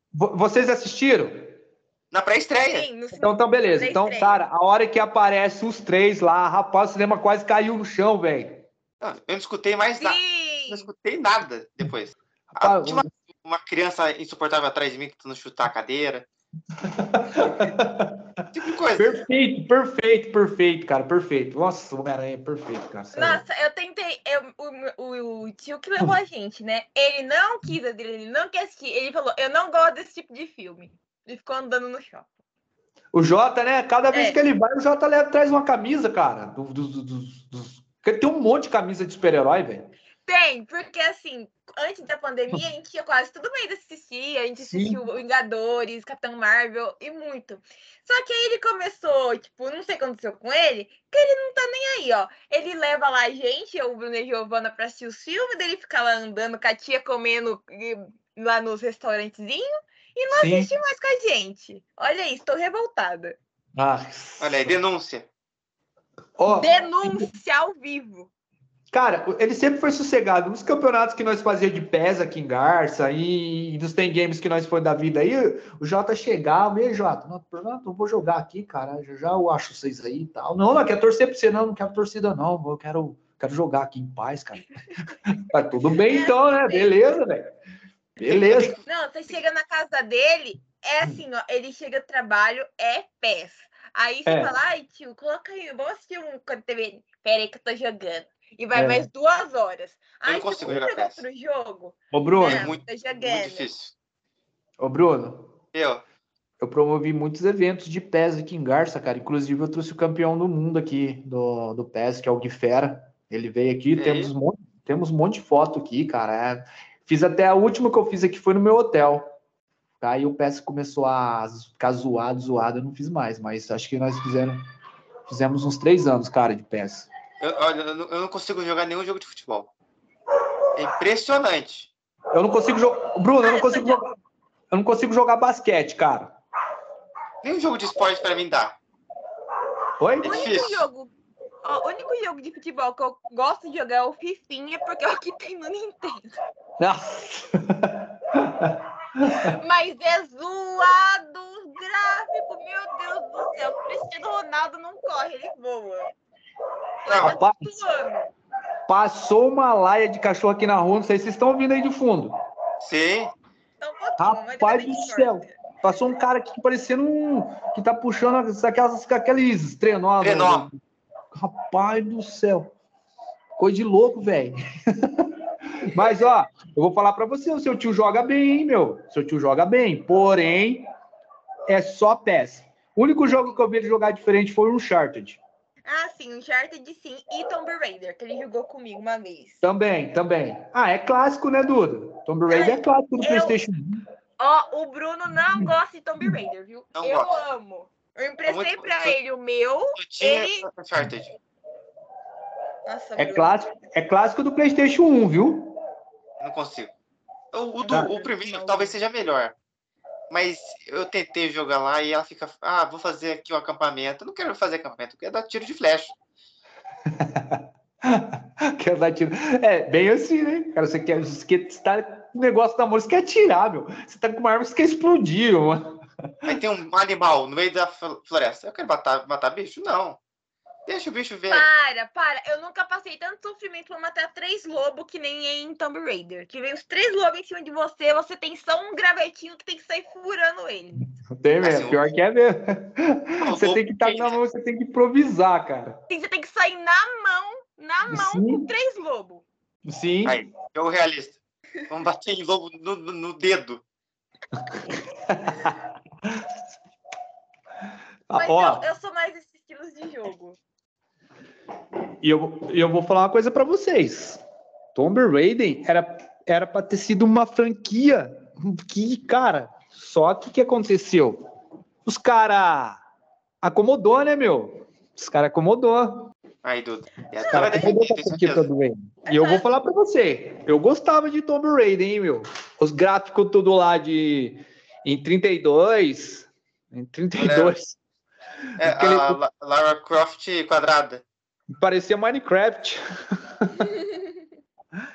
Vo- Vocês assistiram? Na pré-estreia. Sim, no Então, então beleza. na Então, estreia. cara, a hora que aparece os três lá, rapaz, o cinema quase caiu no chão, velho. Não, eu não escutei mais nada. Não Sim! escutei nada depois. Ah, Rapaz, tinha uma, uma criança insuportável atrás de mim tentando chutar a cadeira. Tipo de coisa. Perfeito, perfeito, perfeito, cara, perfeito. Nossa, o Homem-Aranha é perfeito, cara. sério. Nossa, eu tentei. Eu, o, o, o tio que levou a gente, né? Ele não quis, Adriano, ele não quer assistir. Ele falou: eu não gosto desse tipo de filme. Ele ficou andando no shopping. O Jota, né? Cada vez É. que ele vai, o Jota leva, traz uma camisa, cara. Do, do, do, do- dos- Porque tem um monte de camisa de super-herói, velho. Tem, porque assim, antes da pandemia, a gente tinha quase tudo mês assistir. A gente Sim. assistiu Vingadores, Capitão Marvel e muito. Só que aí ele começou, tipo, não sei o que aconteceu com ele, que ele não tá nem aí, ó. Ele leva lá a gente, eu, o Bruno e a Giovana, pra assistir os filmes, dele ficar lá andando com a tia comendo e, lá nos restaurantezinhos e não Sim. assistir mais com a gente. Olha isso, tô revoltada. Ah, Olha aí, denúncia. ó, Denúncia ao vivo. cara, ele sempre foi sossegado. Nos campeonatos que nós fazíamos de pés aqui em Garça e nos Tem Games que nós foi da vida aí, o Jota chegava, e aí, Jota, não, não, não vou jogar aqui, cara, já, já eu acho vocês aí e tal. Não, não quero torcer pra você, não, não quero torcida, não, eu quero, quero jogar aqui em paz, cara. Tá tudo bem então, né? Beleza, velho. Beleza. Não, você chega na casa dele, é assim, ó, ele chega do trabalho, é pés. Aí você É. fala, ai tio, coloca aí, vamos assistir um com a T V. Pera aí que eu tô jogando. E vai É. mais duas horas. Ai, não tio, consigo vamos jogar jogar P E S. outro jogo? Ô, Bruno, Não, muito, tô Muito jogando. difícil. ô, Bruno, Eu, eu promovi muitos eventos de pés aqui em Garça, cara. Inclusive, eu trouxe o campeão do mundo aqui do, do pés, que é o Gui Fera. Ele veio aqui, E temos aí? um, monte, temos um monte de foto aqui, cara. É, fiz até a última que eu fiz aqui foi no meu hotel. Aí o pés começou a ficar zoado, zoado, eu não fiz mais, mas acho que nós fizemos, fizemos uns três anos, cara, de pés. eu, olha, eu não, eu não consigo jogar nenhum jogo de futebol. É impressionante. Eu não consigo jogar. Bruno, eu não consigo jogar. Eu não consigo jogar basquete, cara. Nenhum jogo de esporte pra mim dá. Oi? O único difícil. jogo, ó, o único jogo de futebol que eu gosto de jogar é o Fifinha, porque é o que tem no Nintendo. Nossa. Mas é zoado os gráficos, meu Deus do céu. O Cristiano Ronaldo não corre, ele voa. Ele tá Rapaz. flutuando. Passou uma laia de cachorro aqui na rua, não sei se vocês estão ouvindo aí de fundo. Sim. Só um pouquinho, mas Rapaz também do importa. céu. Passou um cara aqui parecendo um. Que tá puxando aquelas, aqueles trenó. Trenó. Rapaz do céu. Coisa de louco, velho. Mas, ó, eu vou falar pra você: o seu tio joga bem, hein, meu? Seu tio joga bem. Porém, é só P E S. O único jogo que eu vi ele jogar diferente foi o Uncharted. Ah, sim, Uncharted sim. E Tomb Raider, que ele jogou comigo uma vez. Também, também. Ah, é clássico, né, Duda? Tomb Raider é clássico do Eu- PlayStation. Ó, o Bruno não gosta de Tomb Raider, viu? Não eu gosto. amo. Eu emprestei muito- pra só- ele o meu. Eu tinha Ele. Uncharted. Nossa, É Bruno. clássico, é clássico do PlayStation um, viu? Não consigo. O, o, do, Ah. o primeiro talvez seja melhor. Mas eu tentei jogar lá e ela fica. Ah, vou fazer aqui o acampamento. Eu não quero fazer acampamento, eu quero dar tiro de flecha. Quer dar tiro. É, bem assim, né? Cara, você quer. Você quer estar com o negócio da amor, você quer atirar, meu. Você tá com uma arma, você quer explodir, mano. Aí tem um animal no meio da fl- floresta. Eu quero matar, matar bicho? Não. Deixa o bicho ver. Para, para. Eu nunca passei tanto sofrimento pra matar três lobos que nem em Tomb Raider. Que vem os três lobos em cima de você, você tem só um gravetinho que tem que sair furando ele. Tem mesmo, Assim, pior que é mesmo. Você vou- tem que estar na mão, você tem que improvisar, cara. Você tem que sair na mão, na mão Sim. com três lobos. Sim. Aí, jogo realista. Vamos bater em lobo no, no- no dedo. Ah, Mas ó, eu, eu sou mais desses estilos de jogo. e eu, e eu vou falar uma coisa pra vocês. Tomb Raider era era para ter sido uma franquia que, cara, só que o que aconteceu? Os cara acomodou, né, meu? Os cara acomodou. Aí, Duda. E a Os Duda cara vai acomodou defender, com a tenho franquia certeza. Tomb Raider. E eu vou falar pra você, eu gostava de Tomb Raider, hein, meu? Os gráficos tudo lá de em trinta e dois, em trinta e dois, É, Aquele- a La- Lara Croft quadrada. parecia Minecraft.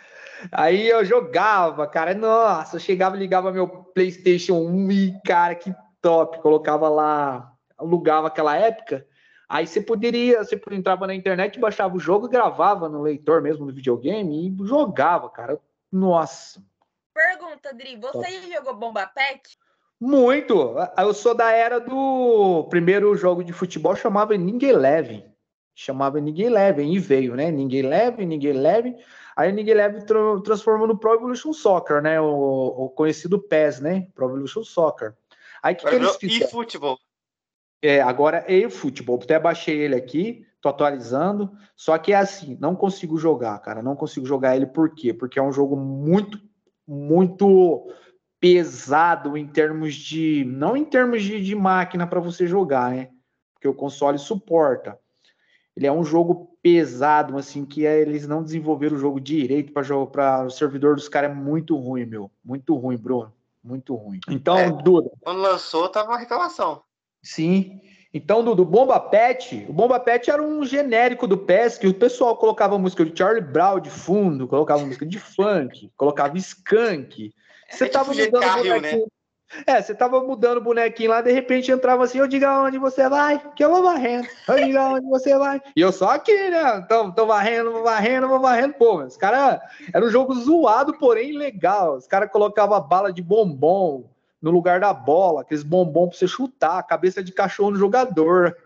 Aí eu jogava, cara. Nossa, eu chegava e ligava meu PlayStation um e, cara, que top. Colocava lá, alugava aquela época. Aí você poderia, você entrava na internet, baixava o jogo, gravava no leitor mesmo do videogame e jogava, cara. Nossa. Pergunta, Dri, você Top. já jogou Bomba Pet? Muito. Eu sou da era do primeiro jogo de futebol, chamava Ninguém Eleven. Chamava Ninguém Eleven e veio, né? Ninguém Eleven, Ninguém Eleven. Aí Ninguém Eleven tra transformou no Pro Evolution Soccer, né? O, o conhecido P E S, né? Pro Evolution Soccer. Aí o que, que eles fizeram? E futebol. É, agora é eFootball. Até baixei ele aqui, tô atualizando. Só que é assim, não consigo jogar, cara. Não consigo jogar ele por quê? Porque é um jogo muito, muito pesado em termos de. Não em termos de, de máquina para você jogar, né? Porque o console suporta. Ele é um jogo pesado, assim, que é, eles não desenvolveram o jogo direito para o servidor dos caras. É muito ruim, meu. Muito ruim, Bruno. Muito ruim. Então, É, Duda. Quando lançou, tava uma reclamação. Sim. Então, Dudu, Bomba Pet, o Bomba Pet era um genérico do P E S que o pessoal colocava música de Charlie Brown de fundo, colocava música de funk, colocava skunk. Você É tava tipo mudando o G K Rio, né? bonequinho. É, você tava mudando o bonequinho lá, de repente entrava assim, eu diga aonde você vai, que eu vou varrendo. Eu diga aonde você vai. E eu só aqui, né? Tô, tô varrendo, vou varrendo, vou varrendo. Pô, os caras... Era um jogo zoado, porém legal. Os caras colocavam bala de bombom no lugar da bola, aqueles bombom pra você chutar, cabeça de cachorro no jogador.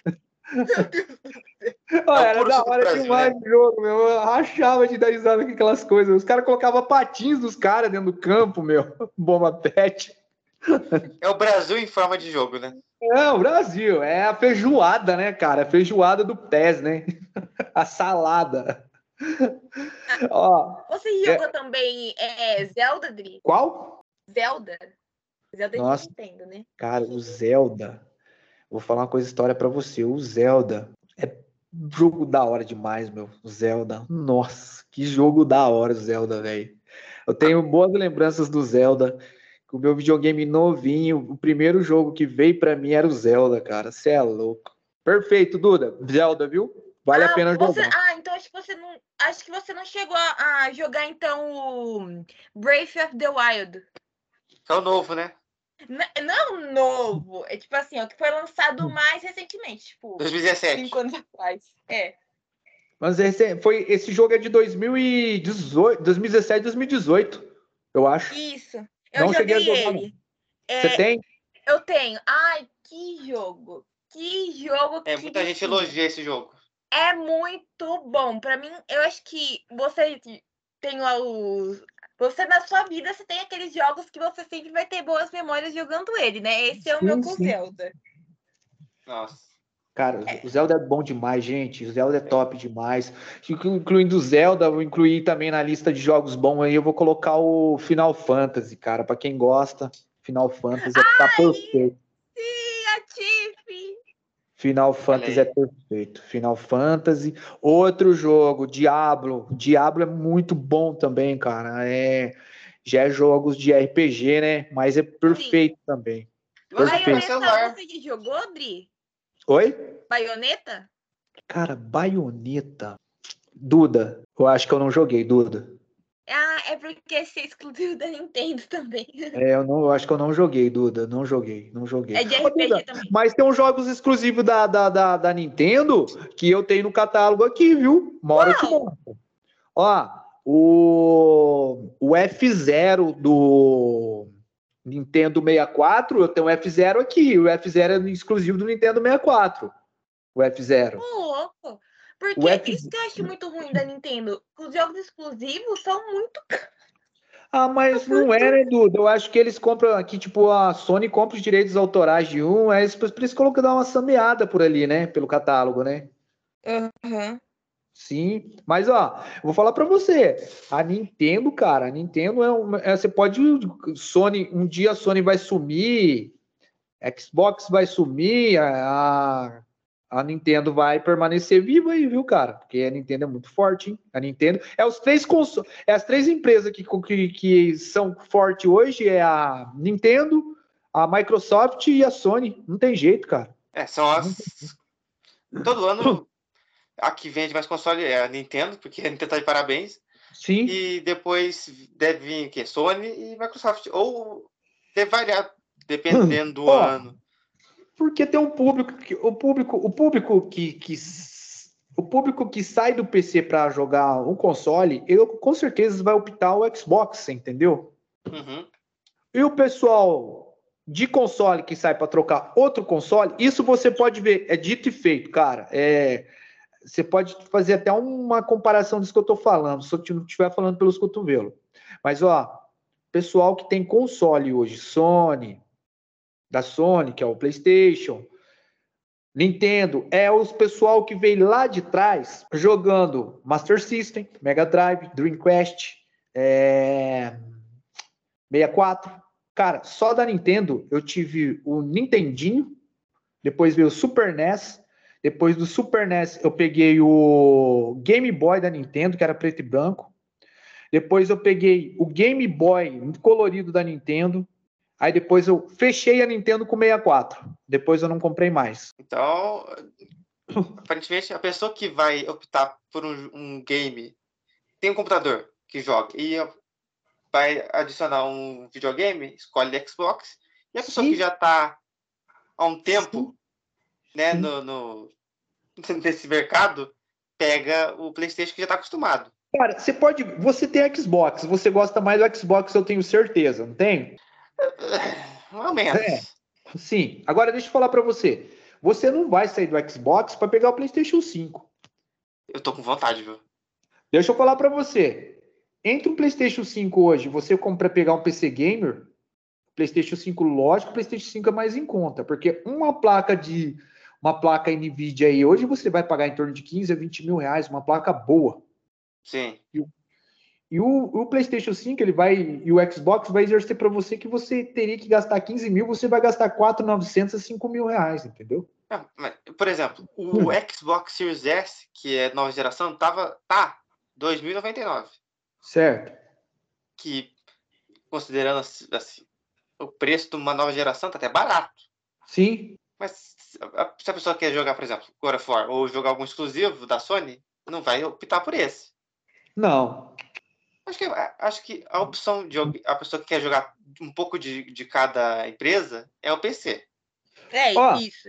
Oh, É o era puro da suco do hora Brasil, demais né? o jogo, meu. Eu rachava de dar risada com aquelas coisas. Os caras colocavam patins dos caras dentro do campo, meu. Bomba Pet. É o Brasil em forma de jogo, né? É, o Brasil. É a feijoada, né, cara? A feijoada do P E S, né? A salada. Ó, Você é... jogou também é, Zelda, Dri? Qual? Zelda? Zelda de Nossa, Nintendo, né? cara, o Zelda. Vou falar uma coisa, história pra você. O Zelda é um jogo da hora demais, meu. O Zelda. Nossa, que jogo da hora o Zelda, velho. Eu tenho boas lembranças do Zelda. O meu videogame novinho, o primeiro jogo que veio pra mim era o Zelda, cara. Você é louco. Perfeito, Duda. Zelda, viu? Vale a Ah, pena você, jogar. ah, então acho que você não, acho que você não chegou a, a jogar então o Breath of the Wild. É o novo, né? N não novo, é tipo assim, ó, que foi lançado mais recentemente, tipo, dois mil e dezessete. cinco anos atrás. É. Mas esse, foi, esse jogo é de dois mil e dezoito, dois mil e dezessete, dois mil e dezoito, eu acho. Isso. Eu Não cheguei a joguei jogar, não. ele. Você É, tem? eu tenho. Ai, que jogo. Que jogo É, que muita gente vicia. elogia esse jogo. É muito bom. Pra mim, eu acho que você tem lá os. Você na sua vida você tem aqueles jogos que você sempre vai ter boas memórias jogando ele, né? Esse é o meu Sim, com sim. Zelda. Nossa. Cara, É. o Zelda é bom demais, gente. O Zelda é top demais. Incluindo o Zelda, vou incluir também na lista de jogos bons aí. Eu vou colocar o Final Fantasy, cara. Pra quem gosta, Final Fantasy é, tá Ai, perfeito. sim, a Tiff! Final Olha Fantasy é aí. perfeito. Final Fantasy. Outro jogo, Diablo. Diablo é muito bom também, cara. É, já é jogos de R P G, né? Mas é Sim. perfeito também. Lançou pra Perfeito. Baioneta, celular. você já jogou, Dri? Oi? Baioneta? Cara, Bayonetta. Duda, eu acho que eu não joguei, Duda. Ah, é porque esse é exclusivo da Nintendo também. É, eu, não, eu acho que eu não joguei, Duda. Não joguei, não joguei. É de Ô, Duda, R P G também. mas tem uns jogos exclusivos da, da, da, da Nintendo que eu tenho no catálogo aqui, viu? Uma hora eu te Qual? mostro. Ó, o, o F zero do Nintendo sessenta e quatro, eu tenho o F zero aqui. O F zero é exclusivo do Nintendo sessenta e quatro. O F zero. Ô, louco. O Porque F... isso que eu acho muito ruim da Nintendo. Os jogos exclusivos são muito Ah, mas não é, né, Duda? Eu acho que eles compram aqui, tipo, a Sony compra os direitos autorais de um, é isso, por isso que dá uma sameada por ali, né? Pelo catálogo, né? Uhum. Sim, mas ó, eu vou falar pra você, a Nintendo, cara, a Nintendo é, uma, é você pode, Sony, um dia a Sony vai sumir, Xbox vai sumir, a, a Nintendo vai permanecer viva aí, viu, cara? Porque a Nintendo é muito forte, hein? A Nintendo é os três consoles, é as três empresas que, que, que são fortes hoje, é a Nintendo, a Microsoft e a Sony. Não tem jeito, cara. É, são as. Todo ano a que vende mais console é a Nintendo, porque a Nintendo tá de parabéns. Sim. E depois deve vir o quê? Sony e Microsoft. Ou deve variar, dependendo do Ó, ano. Porque tem um público que o público, o público que, que o público que sai do P C para jogar um console, eu com certeza vai optar o Xbox, entendeu? Uhum. E o pessoal de console que sai para trocar outro console, isso você pode ver, é dito e feito, cara. É, você pode fazer até uma comparação disso que eu tô falando, se eu não estiver falando pelos cotovelos. Mas, ó, pessoal que tem console hoje, Sony, da Sony, que é o PlayStation, Nintendo, é os pessoal que veio lá de trás jogando Master System, Mega Drive, Dreamcast, é... sessenta e quatro. Cara, só da Nintendo eu tive o Nintendinho, depois veio o Super N E S, depois do Super N E S eu peguei o Game Boy da Nintendo, que era preto e branco. Depois eu peguei o Game Boy colorido da Nintendo. Aí depois eu fechei a Nintendo com sessenta e quatro. Depois eu não comprei mais. Então, aparentemente, a pessoa que vai optar por um, um game tem um computador que joga e vai adicionar um videogame, escolhe Xbox. E a pessoa Sim. que já está há um tempo Sim. né, Sim. no, no, nesse mercado, pega o PlayStation que já está acostumado. Cara, você pode. Você tem Xbox, você gosta mais do Xbox, eu tenho certeza, não tem? Mais ou menos. É. Sim. Agora deixa eu falar para você. Você não vai sair do Xbox para pegar o PlayStation cinco. Eu tô com vontade, viu? Deixa eu falar para você. Entre o PlayStation cinco hoje, você compra pegar um P C gamer, PlayStation cinco, lógico, o PlayStation cinco é mais em conta, porque uma placa de uma placa Nvidia aí hoje você vai pagar em torno de quinze a vinte mil reais, uma placa boa. Sim. E, e o, o PlayStation cinco ele vai e o Xbox vai exercer para você que você teria que gastar quinze mil, você vai gastar quatro mil e novecentos a cinco mil reais, entendeu? É, mas, por exemplo, o Hum. Xbox Series S, que é nova geração, tava tá dois mil e noventa e nove. Certo. Que considerando assim, o preço de uma nova geração tá até barato. Sim. Mas se a pessoa quer jogar, por exemplo, God of War ou jogar algum exclusivo da Sony, não vai optar por esse. Não. Acho que, acho que a opção de a pessoa que quer jogar um pouco de, de cada empresa é o P C. É Ó, isso.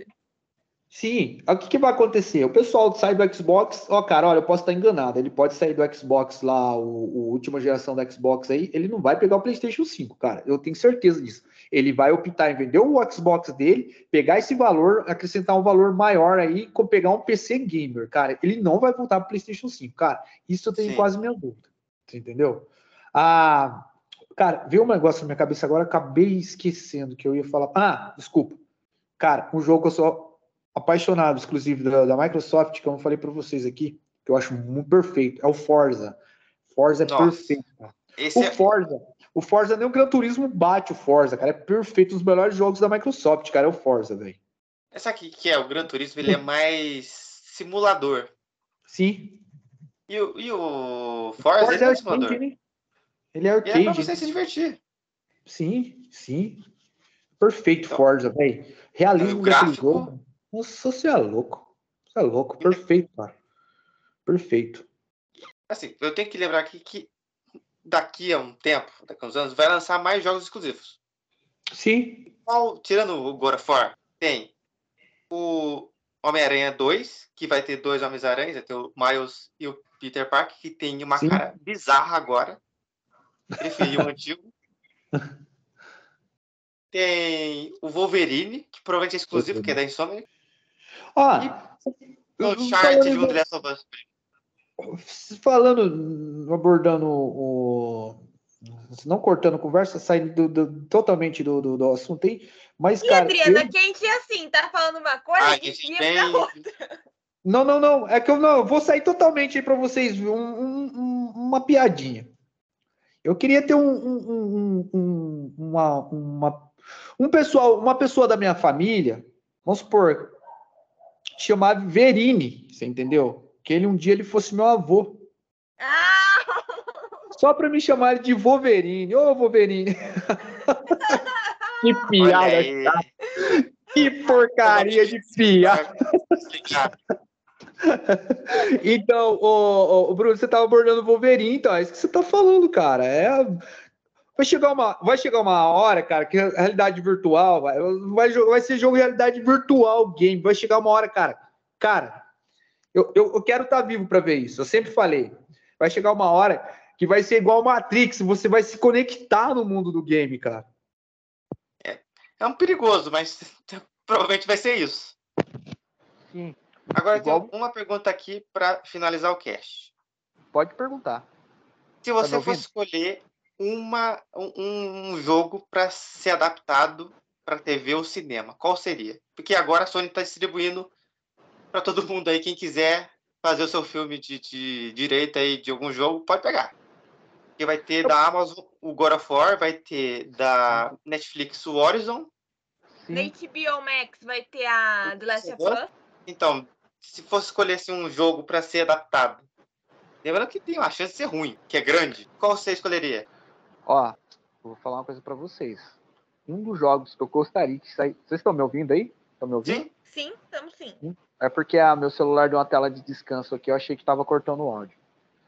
sim, o que, que vai acontecer? O pessoal sai do Xbox, ó, cara, olha, eu posso estar enganado, ele pode sair do Xbox lá, o, o última geração do Xbox aí, ele não vai pegar o PlayStation cinco, cara, eu tenho certeza disso. Ele vai optar em vender o Xbox dele, pegar esse valor, acrescentar um valor maior aí, com pegar um P C gamer, cara, ele não vai voltar para o PlayStation cinco, cara, isso eu tenho Sim. quase minha dúvida, você entendeu? Ah, cara, veio um negócio na minha cabeça agora, acabei esquecendo que eu ia falar, ah, desculpa, cara, um jogo que eu sou apaixonado, exclusivo da, da Microsoft, que eu falei para vocês aqui, que eu acho muito perfeito, é o Forza. Forza é Nossa. perfeito, cara. Esse O é... Forza, o Forza nem o Gran Turismo bate o Forza, cara, é perfeito, um dos melhores jogos da Microsoft, cara, é o Forza, velho. Essa aqui que é o Gran Turismo, ele é mais simulador. Sim. E o, e o O Forza, Forza ele é não é arcade, simulador. né? Ele é E é pra arcade. você se divertir. Sim, sim. Perfeito, Então, Forza, velho. Realismo o daquele gráfico... jogo. Nossa, você é louco. Você é louco. Perfeito, cara. Perfeito. Assim, eu tenho que lembrar aqui que daqui a um tempo, daqui a uns anos, vai lançar mais jogos exclusivos. Sim. Qual, tirando o God of War, tem o Homem-Aranha dois, que vai ter dois Homens-Aranhas, vai ter o Miles e o Peter Parker, que tem uma Sim. cara bizarra agora. Preferi o antigo. Tem o Wolverine, que provavelmente é exclusivo, que é da Insomniac. Ó, E o Uncharted e o The Last of Us. Falando, abordando o. Não cortando conversa, saindo do, do, totalmente do, do, do assunto aí. Mas, E, cara. Adriana, eu... quente é assim, tá falando uma coisa Ah, e a gente ia tem... pra outra. Não, não, não. É que eu não. Eu vou sair totalmente aí pra vocês um, um, um, uma piadinha. Eu queria ter um, um, um, uma, uma, um pessoal, uma pessoa da minha família, vamos supor, chamado Verini, você entendeu? Que ele um dia ele fosse meu avô. Ah! Só para me chamar de Wolverine. Ô, Wolverine. Que piada chata. Que porcaria de piada. Então, o, o Bruno, você tava abordando o Wolverine, então é isso que você tá falando, cara. É, vai, chegar uma, vai chegar uma hora, cara, que a realidade virtual vai, vai, vai ser jogo de realidade virtual game. Vai chegar uma hora, cara. Cara, eu, eu, eu quero estar vivo para ver isso. Eu sempre falei. Vai chegar uma hora que vai ser igual Matrix, você vai se conectar no mundo do game, cara. É, é um perigoso, mas provavelmente vai ser isso. Sim. Agora Igual... eu tenho uma pergunta aqui para finalizar o cast. Pode perguntar. Se você tá fosse escolher uma, um, um jogo para ser adaptado para T V ou cinema, qual seria? Porque agora a Sony está distribuindo para todo mundo aí, quem quiser fazer o seu filme de, de direito aí de algum jogo, pode pegar. Porque vai ter da Amazon o God of War, vai ter da Netflix o Horizon. Sim. Na H B O Max vai ter a The Last of Us. Então, se fosse escolher assim, um jogo para ser adaptado, lembrando que tem uma chance de ser ruim, que é grande, qual você escolheria? Ó, eu vou falar uma coisa para vocês. Um dos jogos que eu gostaria que saísse... Vocês estão me ouvindo aí? Estão me ouvindo? Sim, sim, estamos sim. É porque a meu celular deu uma tela de descanso aqui, eu achei que estava cortando o áudio.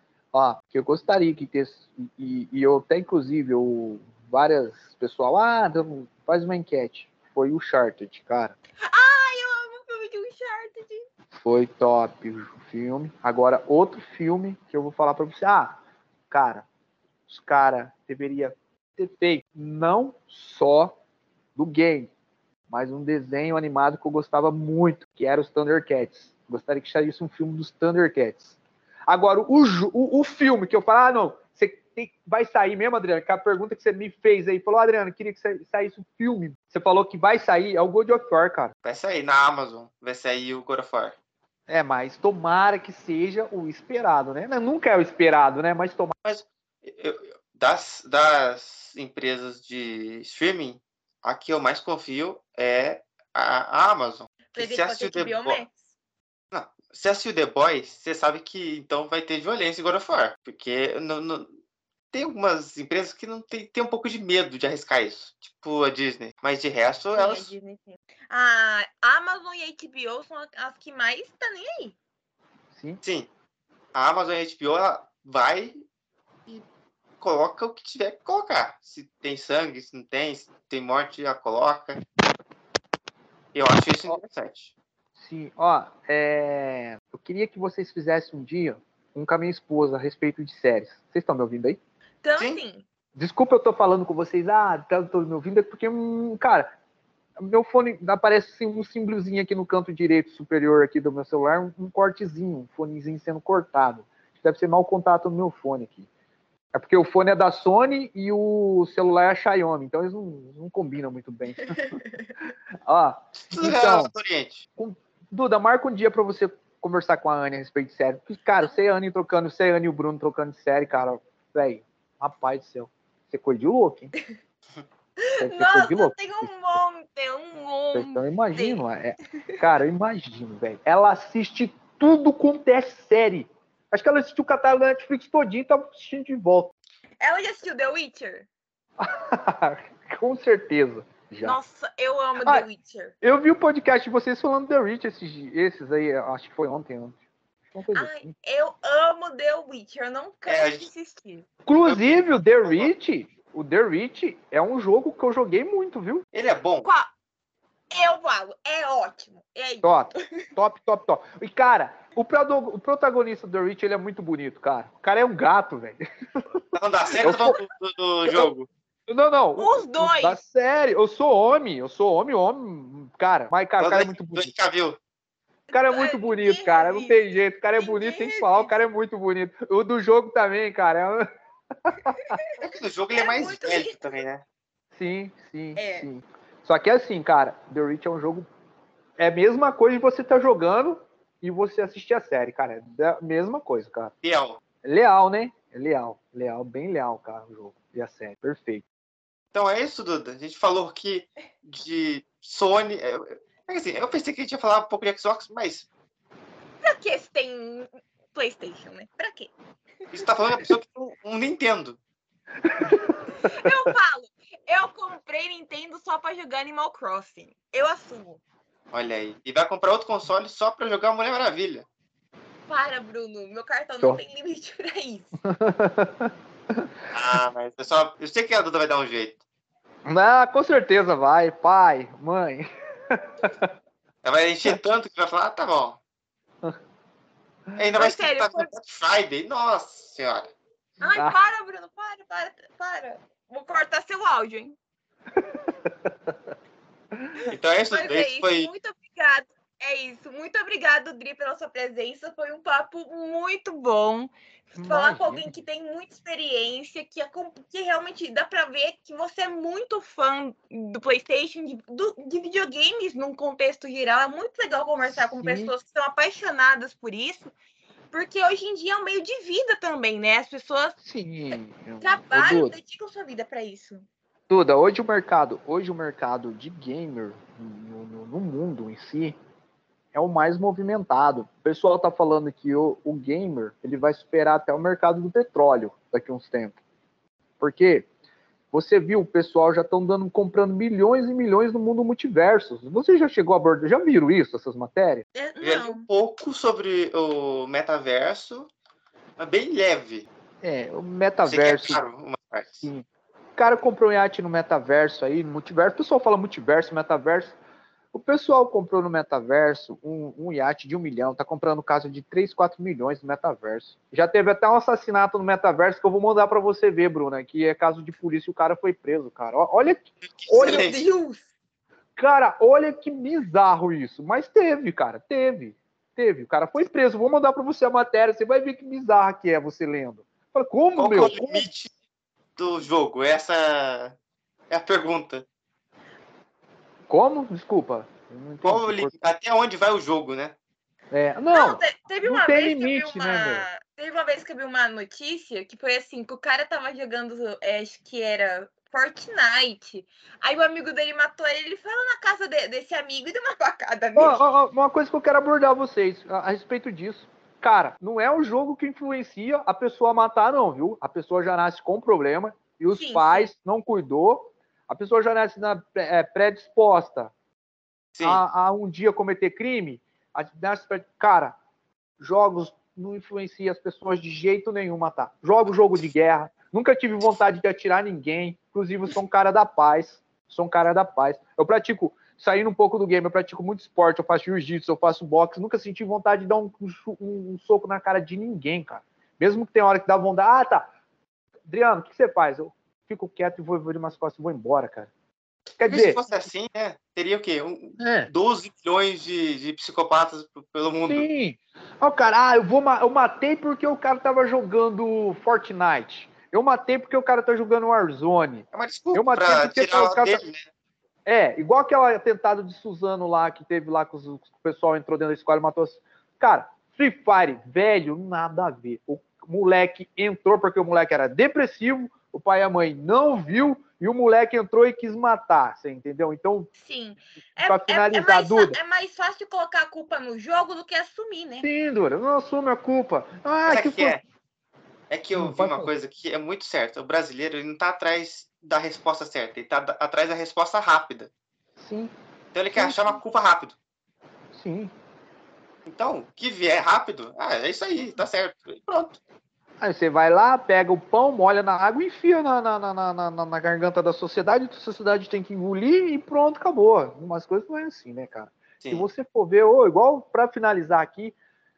Ó, que eu gostaria que tivesse... E, e eu até, inclusive, eu, várias pessoal, ah, faz uma enquete. Foi o Uncharted, cara. Ai, eu amo o filme de Uncharted. Foi top o filme. Agora, outro filme que eu vou falar pra você. Ah, cara, os caras deveriam ter feito não só do game, mas um desenho animado que eu gostava muito, que era os Thundercats. Gostaria que saísse um filme dos Thundercats. Agora, o, o, o filme que eu falo, ah, não, você tem, vai sair mesmo, Adriano, que a pergunta que você me fez aí, falou, Adriano, queria que saísse um filme. Você falou que vai sair, é o God of War, cara. Vai sair na Amazon, vai sair o God of War. É, mas tomara que seja o esperado, né? Nunca é o esperado, né? Mas tomara. Mas eu, das, das empresas de streaming, a que eu mais confio é a, a Amazon. Que se assistiu The Boys, não, se assistiu The Boys, você sabe que então vai ter violência em God of War. Porque no, no, tem algumas empresas que não tem, tem um pouco de medo de arriscar isso. Tipo a Disney. Mas de resto, sim, elas... A Disney, sim. A Amazon e a H B O são as que mais tá nem aí. Sim. Sim. A Amazon e a H B O, ela vai e coloca o que tiver que colocar. Se tem sangue, se não tem, se tem morte, ela coloca. Eu acho isso interessante. Sim, ó, é... eu queria que vocês fizessem um dia um com a minha esposa a respeito de séries. Vocês estão me ouvindo aí? Então, sim. sim. Desculpa eu tô falando com vocês, ah, tô me ouvindo, é porque, cara, meu fone, aparece assim, um símbolozinho aqui no canto direito superior aqui do meu celular, um, um cortezinho, um fonezinho sendo cortado. Deve ser mau contato no meu fone aqui. É porque o fone é da Sony e o celular é a Xiaomi, então eles não, não combinam muito bem. Ó, então, com, Duda, marca um dia pra você conversar com a Anne a respeito de série. Porque, cara, você e a Anne trocando, você e a Anne e o Bruno trocando de série, cara, velho, rapaz do céu. Você coisa de louco, hein? Você Nossa, de louco. Tem um monte, um monte. Então, eu imagino, é, cara, eu imagino, velho. Ela assiste tudo quanto é série. Acho que ela assistiu o catálogo da Netflix todinho e tá assistindo de volta. Ela já assistiu The Witcher? Com certeza. Já. Nossa, eu amo ah, The Witcher. Eu vi o podcast de vocês falando The Witcher, esses, esses aí, acho que foi ontem. ontem. Ai, assim. Eu amo The Witcher, eu não canso é, de assistir. Inclusive, o The Witch, o The Witch é um jogo que eu joguei muito, viu? Ele é bom. Qual? Eu falo, é ótimo. É isso. Top, top, top, top. E, cara, o, pro, o protagonista do The Witch, ele é muito bonito, cara. O cara é um gato, velho. Não dá certo do, do, do jogo. Não, não. Os o, dois. Da série. Eu sou homem. Eu sou homem, homem. Cara, mas cara, o cara é muito bonito. O cara é muito bonito, cara. Não tem jeito. O cara é bonito, tem que falar. O cara é muito bonito. O do jogo também, cara. É que do jogo ele é mais velho bonito. Também, né? Sim, sim, é. sim. Só que assim, cara, The Witch é um jogo... É a mesma coisa de você estar tá jogando e você assistir a série, cara. É a mesma coisa, cara. Leal. Leal, né? É leal. Leal, bem leal, cara, o jogo. E a série. Perfeito. Então é isso, Duda. A gente falou aqui de Sony. É, assim, eu pensei que a gente ia falar um pouco de Xbox, mas... Pra que você tem PlayStation, né? Pra quê? Você tá falando da pessoa que tem um Nintendo. Eu falo, eu comprei Nintendo só pra jogar Animal Crossing. Eu assumo. Olha aí. E vai comprar outro console só pra jogar Mulher Maravilha. para, Bruno. Meu cartão Tô. não tem limite pra isso. Ah, mas eu, só, eu sei que a Duda vai dar um jeito. Ah, com certeza vai, pai, mãe. Ela vai encher tanto que vai falar, ah, tá bom. Ainda vai Mas estar sério, no foi... Black Friday. Nossa senhora. Ai, Ah. para, Bruno, para, para, para. Vou cortar seu áudio, hein? Então é isso, Mas é isso isso, foi. muito obrigado. É isso, muito obrigado, Dri, pela sua presença. Foi um papo muito bom. Falar com alguém Imagina. que tem muita experiência, que, é, que realmente dá pra ver que você é muito fã do PlayStation, de, do, de videogames num contexto geral. É muito legal conversar com Sim. pessoas que são apaixonadas por isso, porque hoje em dia é um meio de vida também, né? As pessoas Sim. trabalham, Ô, Duda, dedicam sua vida pra isso. Duda, hoje o mercado, hoje o mercado de gamer no, no, no mundo em si é o mais movimentado. O pessoal tá falando que o, o gamer ele vai superar até o mercado do petróleo daqui a uns tempos. Porque você viu, o pessoal já estão dando, comprando milhões e milhões no mundo multiverso. Você já chegou a abordar, já viram isso, essas matérias? É, Eu já li um não. pouco sobre o metaverso, mas bem leve. É, o Eu sei que é metaverso. caro uma parte. Sim. O cara comprou um iate no metaverso aí, no multiverso. O pessoal fala multiverso, metaverso. O pessoal comprou no metaverso um, um iate de um milhão, tá comprando casa de três, quatro milhões no metaverso. Já teve até um assassinato no metaverso que eu vou mandar para você ver, Bruna, que é caso de polícia e o cara foi preso, cara. Olha, olha, Meu Deus! cara, olha que bizarro isso. Mas teve, cara, teve. Teve. O cara foi preso. Vou mandar para você a matéria, você vai ver que bizarra que é você lendo. Fala, como, Qual que é meu? o limite do jogo? Essa é a pergunta. Como? Desculpa. Eu não Qual o entendi. limite? Até onde vai o jogo, né? É, Não, não, te- teve não uma tem vez que eu vi limite, né, meu? uma. Teve uma vez que eu vi uma notícia que foi assim, que o cara tava jogando, é, acho que era Fortnite. Aí o amigo dele matou ele, ele foi lá na casa de- desse amigo e deu uma facada Ó, nele. ó, ó, uma coisa que eu quero abordar vocês a, a respeito disso. Cara, não é o jogo que influencia a pessoa a matar, não, viu? A pessoa já nasce com problema e os Sim, pais sim. não cuidou. A pessoa já nasce na, é, predisposta Sim. a, a um dia cometer crime. A, nasce, cara, jogos não influenciam as pessoas de jeito nenhum a matar. Jogo jogo de guerra. Nunca tive vontade de atirar ninguém. Inclusive, eu sou um cara da paz. Sou um cara da paz. Eu pratico, saindo um pouco do game, eu pratico muito esporte. Eu faço jiu-jitsu, eu faço boxe. Nunca senti vontade de dar um, um, um soco na cara de ninguém, cara. Mesmo que tenha hora que dá vontade. Ah, tá. Adriano, o que você faz? Eu fico quieto e vou abrir umas costas e vou embora, cara. Quer Porque se dizer, fosse assim, né? Teria o quê? Um, é. doze milhões de, de psicopatas p- pelo mundo. Sim. Ó, cara, ah, eu, vou, ma- eu matei porque o cara tava jogando Fortnite. Eu matei porque o cara tá jogando Warzone. É uma Eu desculpa matei pra porque tirar tá- o o cara tá... dele, né? É, igual aquele atentado de Suzano lá, que teve lá, que os- o pessoal entrou dentro da escola e matou... as- Cara, Free Fire, velho, nada a ver. O moleque entrou porque o moleque era depressivo, o pai e a mãe não viu, e o moleque entrou e quis matar, você entendeu? Então, Sim. É, pra é, é, finalizar, mais, fa- Duda... é mais fácil colocar a culpa no jogo do que assumir, né? Sim, Duda, não assume a culpa. Ah, Mas que sabe o que foi... é? É que eu Hum, vi pode uma falar. coisa que é muito certa. O brasileiro ele não tá atrás da resposta certa, ele tá da- atrás da resposta rápida. Sim, Então ele quer sim, achar uma culpa rápido. sim. Então, o que vier rápido, ah, é isso aí, tá certo. E pronto. Aí você vai lá, pega o pão, molha na água e enfia na, na, na, na, na, na garganta da sociedade, a sociedade tem que engolir e pronto, acabou. Algumas coisas não é assim, né, cara? Se Sim. você for ver, ô, igual para finalizar aqui,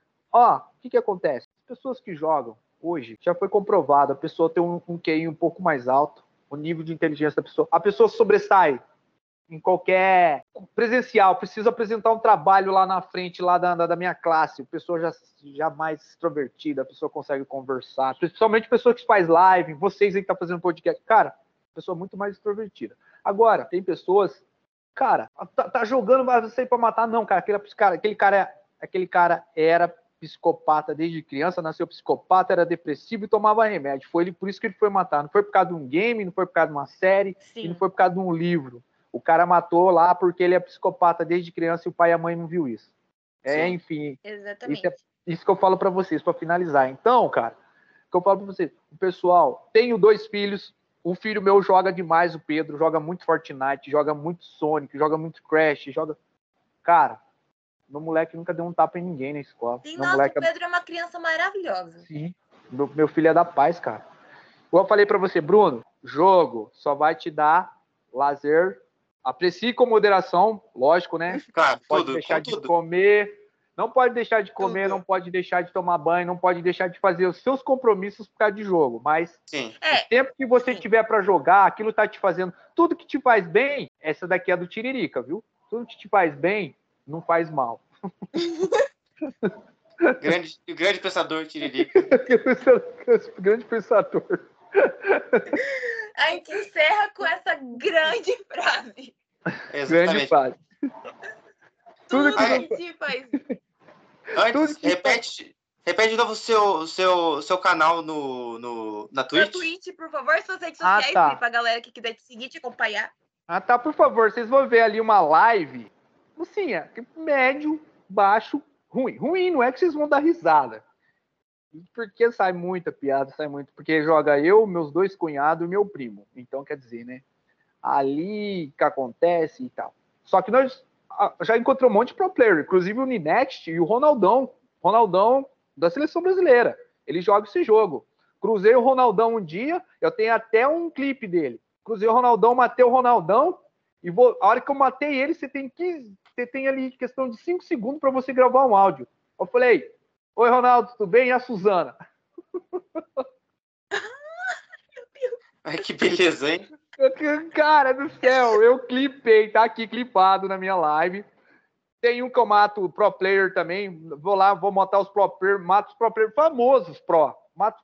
ó, o que que acontece? As pessoas que jogam hoje, já foi comprovado, a pessoa tem um, um Q I um pouco mais alto, o nível de inteligência da pessoa, a pessoa sobressai em qualquer presencial, preciso apresentar um trabalho lá na frente, lá da, da minha classe, a pessoa já, já mais extrovertida, a pessoa consegue conversar, principalmente pessoa que faz live, vocês aí que tá fazendo podcast, cara, pessoa muito mais extrovertida. Agora, tem pessoas, cara, tá, tá jogando, vai sair pra matar, não, cara, aquele cara, aquele cara, aquele cara era psicopata desde criança, nasceu psicopata, era depressivo e tomava remédio, foi ele, por isso que ele foi matar, não foi por causa de um game, não foi por causa de uma série, Sim. e não foi por causa de um livro. O cara matou lá porque ele é psicopata desde criança e o pai e a mãe não viu isso. É, Sim. enfim, Exatamente. isso, é, isso que eu falo para vocês, para finalizar. Então, cara, o que eu falo para vocês, o pessoal, tenho dois filhos, um filho meu joga demais, o Pedro, joga muito Fortnite, joga muito Sonic, joga muito Crash, joga... Cara, Meu moleque nunca deu um tapa em ninguém na escola. Sim, Meu nossa, moleque o Pedro é uma criança maravilhosa. Sim. Meu, meu filho é da paz, cara. Como eu falei pra você, Bruno, jogo só vai te dar lazer. Aprecie com moderação, lógico, né? Claro, Pode tudo, deixar com de tudo. comer, não pode deixar de comer, Tudo. não pode deixar de tomar banho, não pode deixar de fazer os seus compromissos por causa de jogo. Mas Sim. É, o tempo que você sim. tiver pra jogar, aquilo tá te fazendo. Tudo que te faz bem, essa daqui é do Tiririca, viu? Tudo que te faz bem, não faz mal. Grande, grande pensador, Tiririca. Grande pensador. A gente encerra com essa grande frase. Grande Exatamente. frase. Tudo Tudo que Aí- que te faz. Antes, Tudo que repete, repete de novo o seu, seu, seu canal no, no, na Na Twitch. Twitch, por favor, suas redes Ah, sociais, tá. e pra galera que quiser te seguir, te acompanhar. Ah, tá, por favor, vocês vão ver ali uma live, assim, é, médio, baixo, ruim. Ruim, não é que vocês vão dar risada. Porque sai muita piada, sai muito. Porque joga eu, meus dois cunhados e meu primo. Então, quer dizer, né? Ali que acontece e tal. Só que nós ah, já encontramos um monte de pro player, inclusive o Ninext e o Ronaldão. Ronaldão da seleção brasileira. Ele joga esse jogo. Cruzei o Ronaldão um dia, eu tenho até um clipe dele. Cruzei o Ronaldão, matei o Ronaldão, e vou, a hora que eu matei ele, você tem quinze, você tem ali questão de cinco segundos para você gravar um áudio. Eu falei, oi Ronaldo, tudo bem? E a Suzana? Ai, que beleza, hein? Cara do céu, eu clipei, tá aqui clipado na minha live. Tem um que eu mato pro player também, vou lá, vou matar os pro player, mato os pro player famosos pro, mato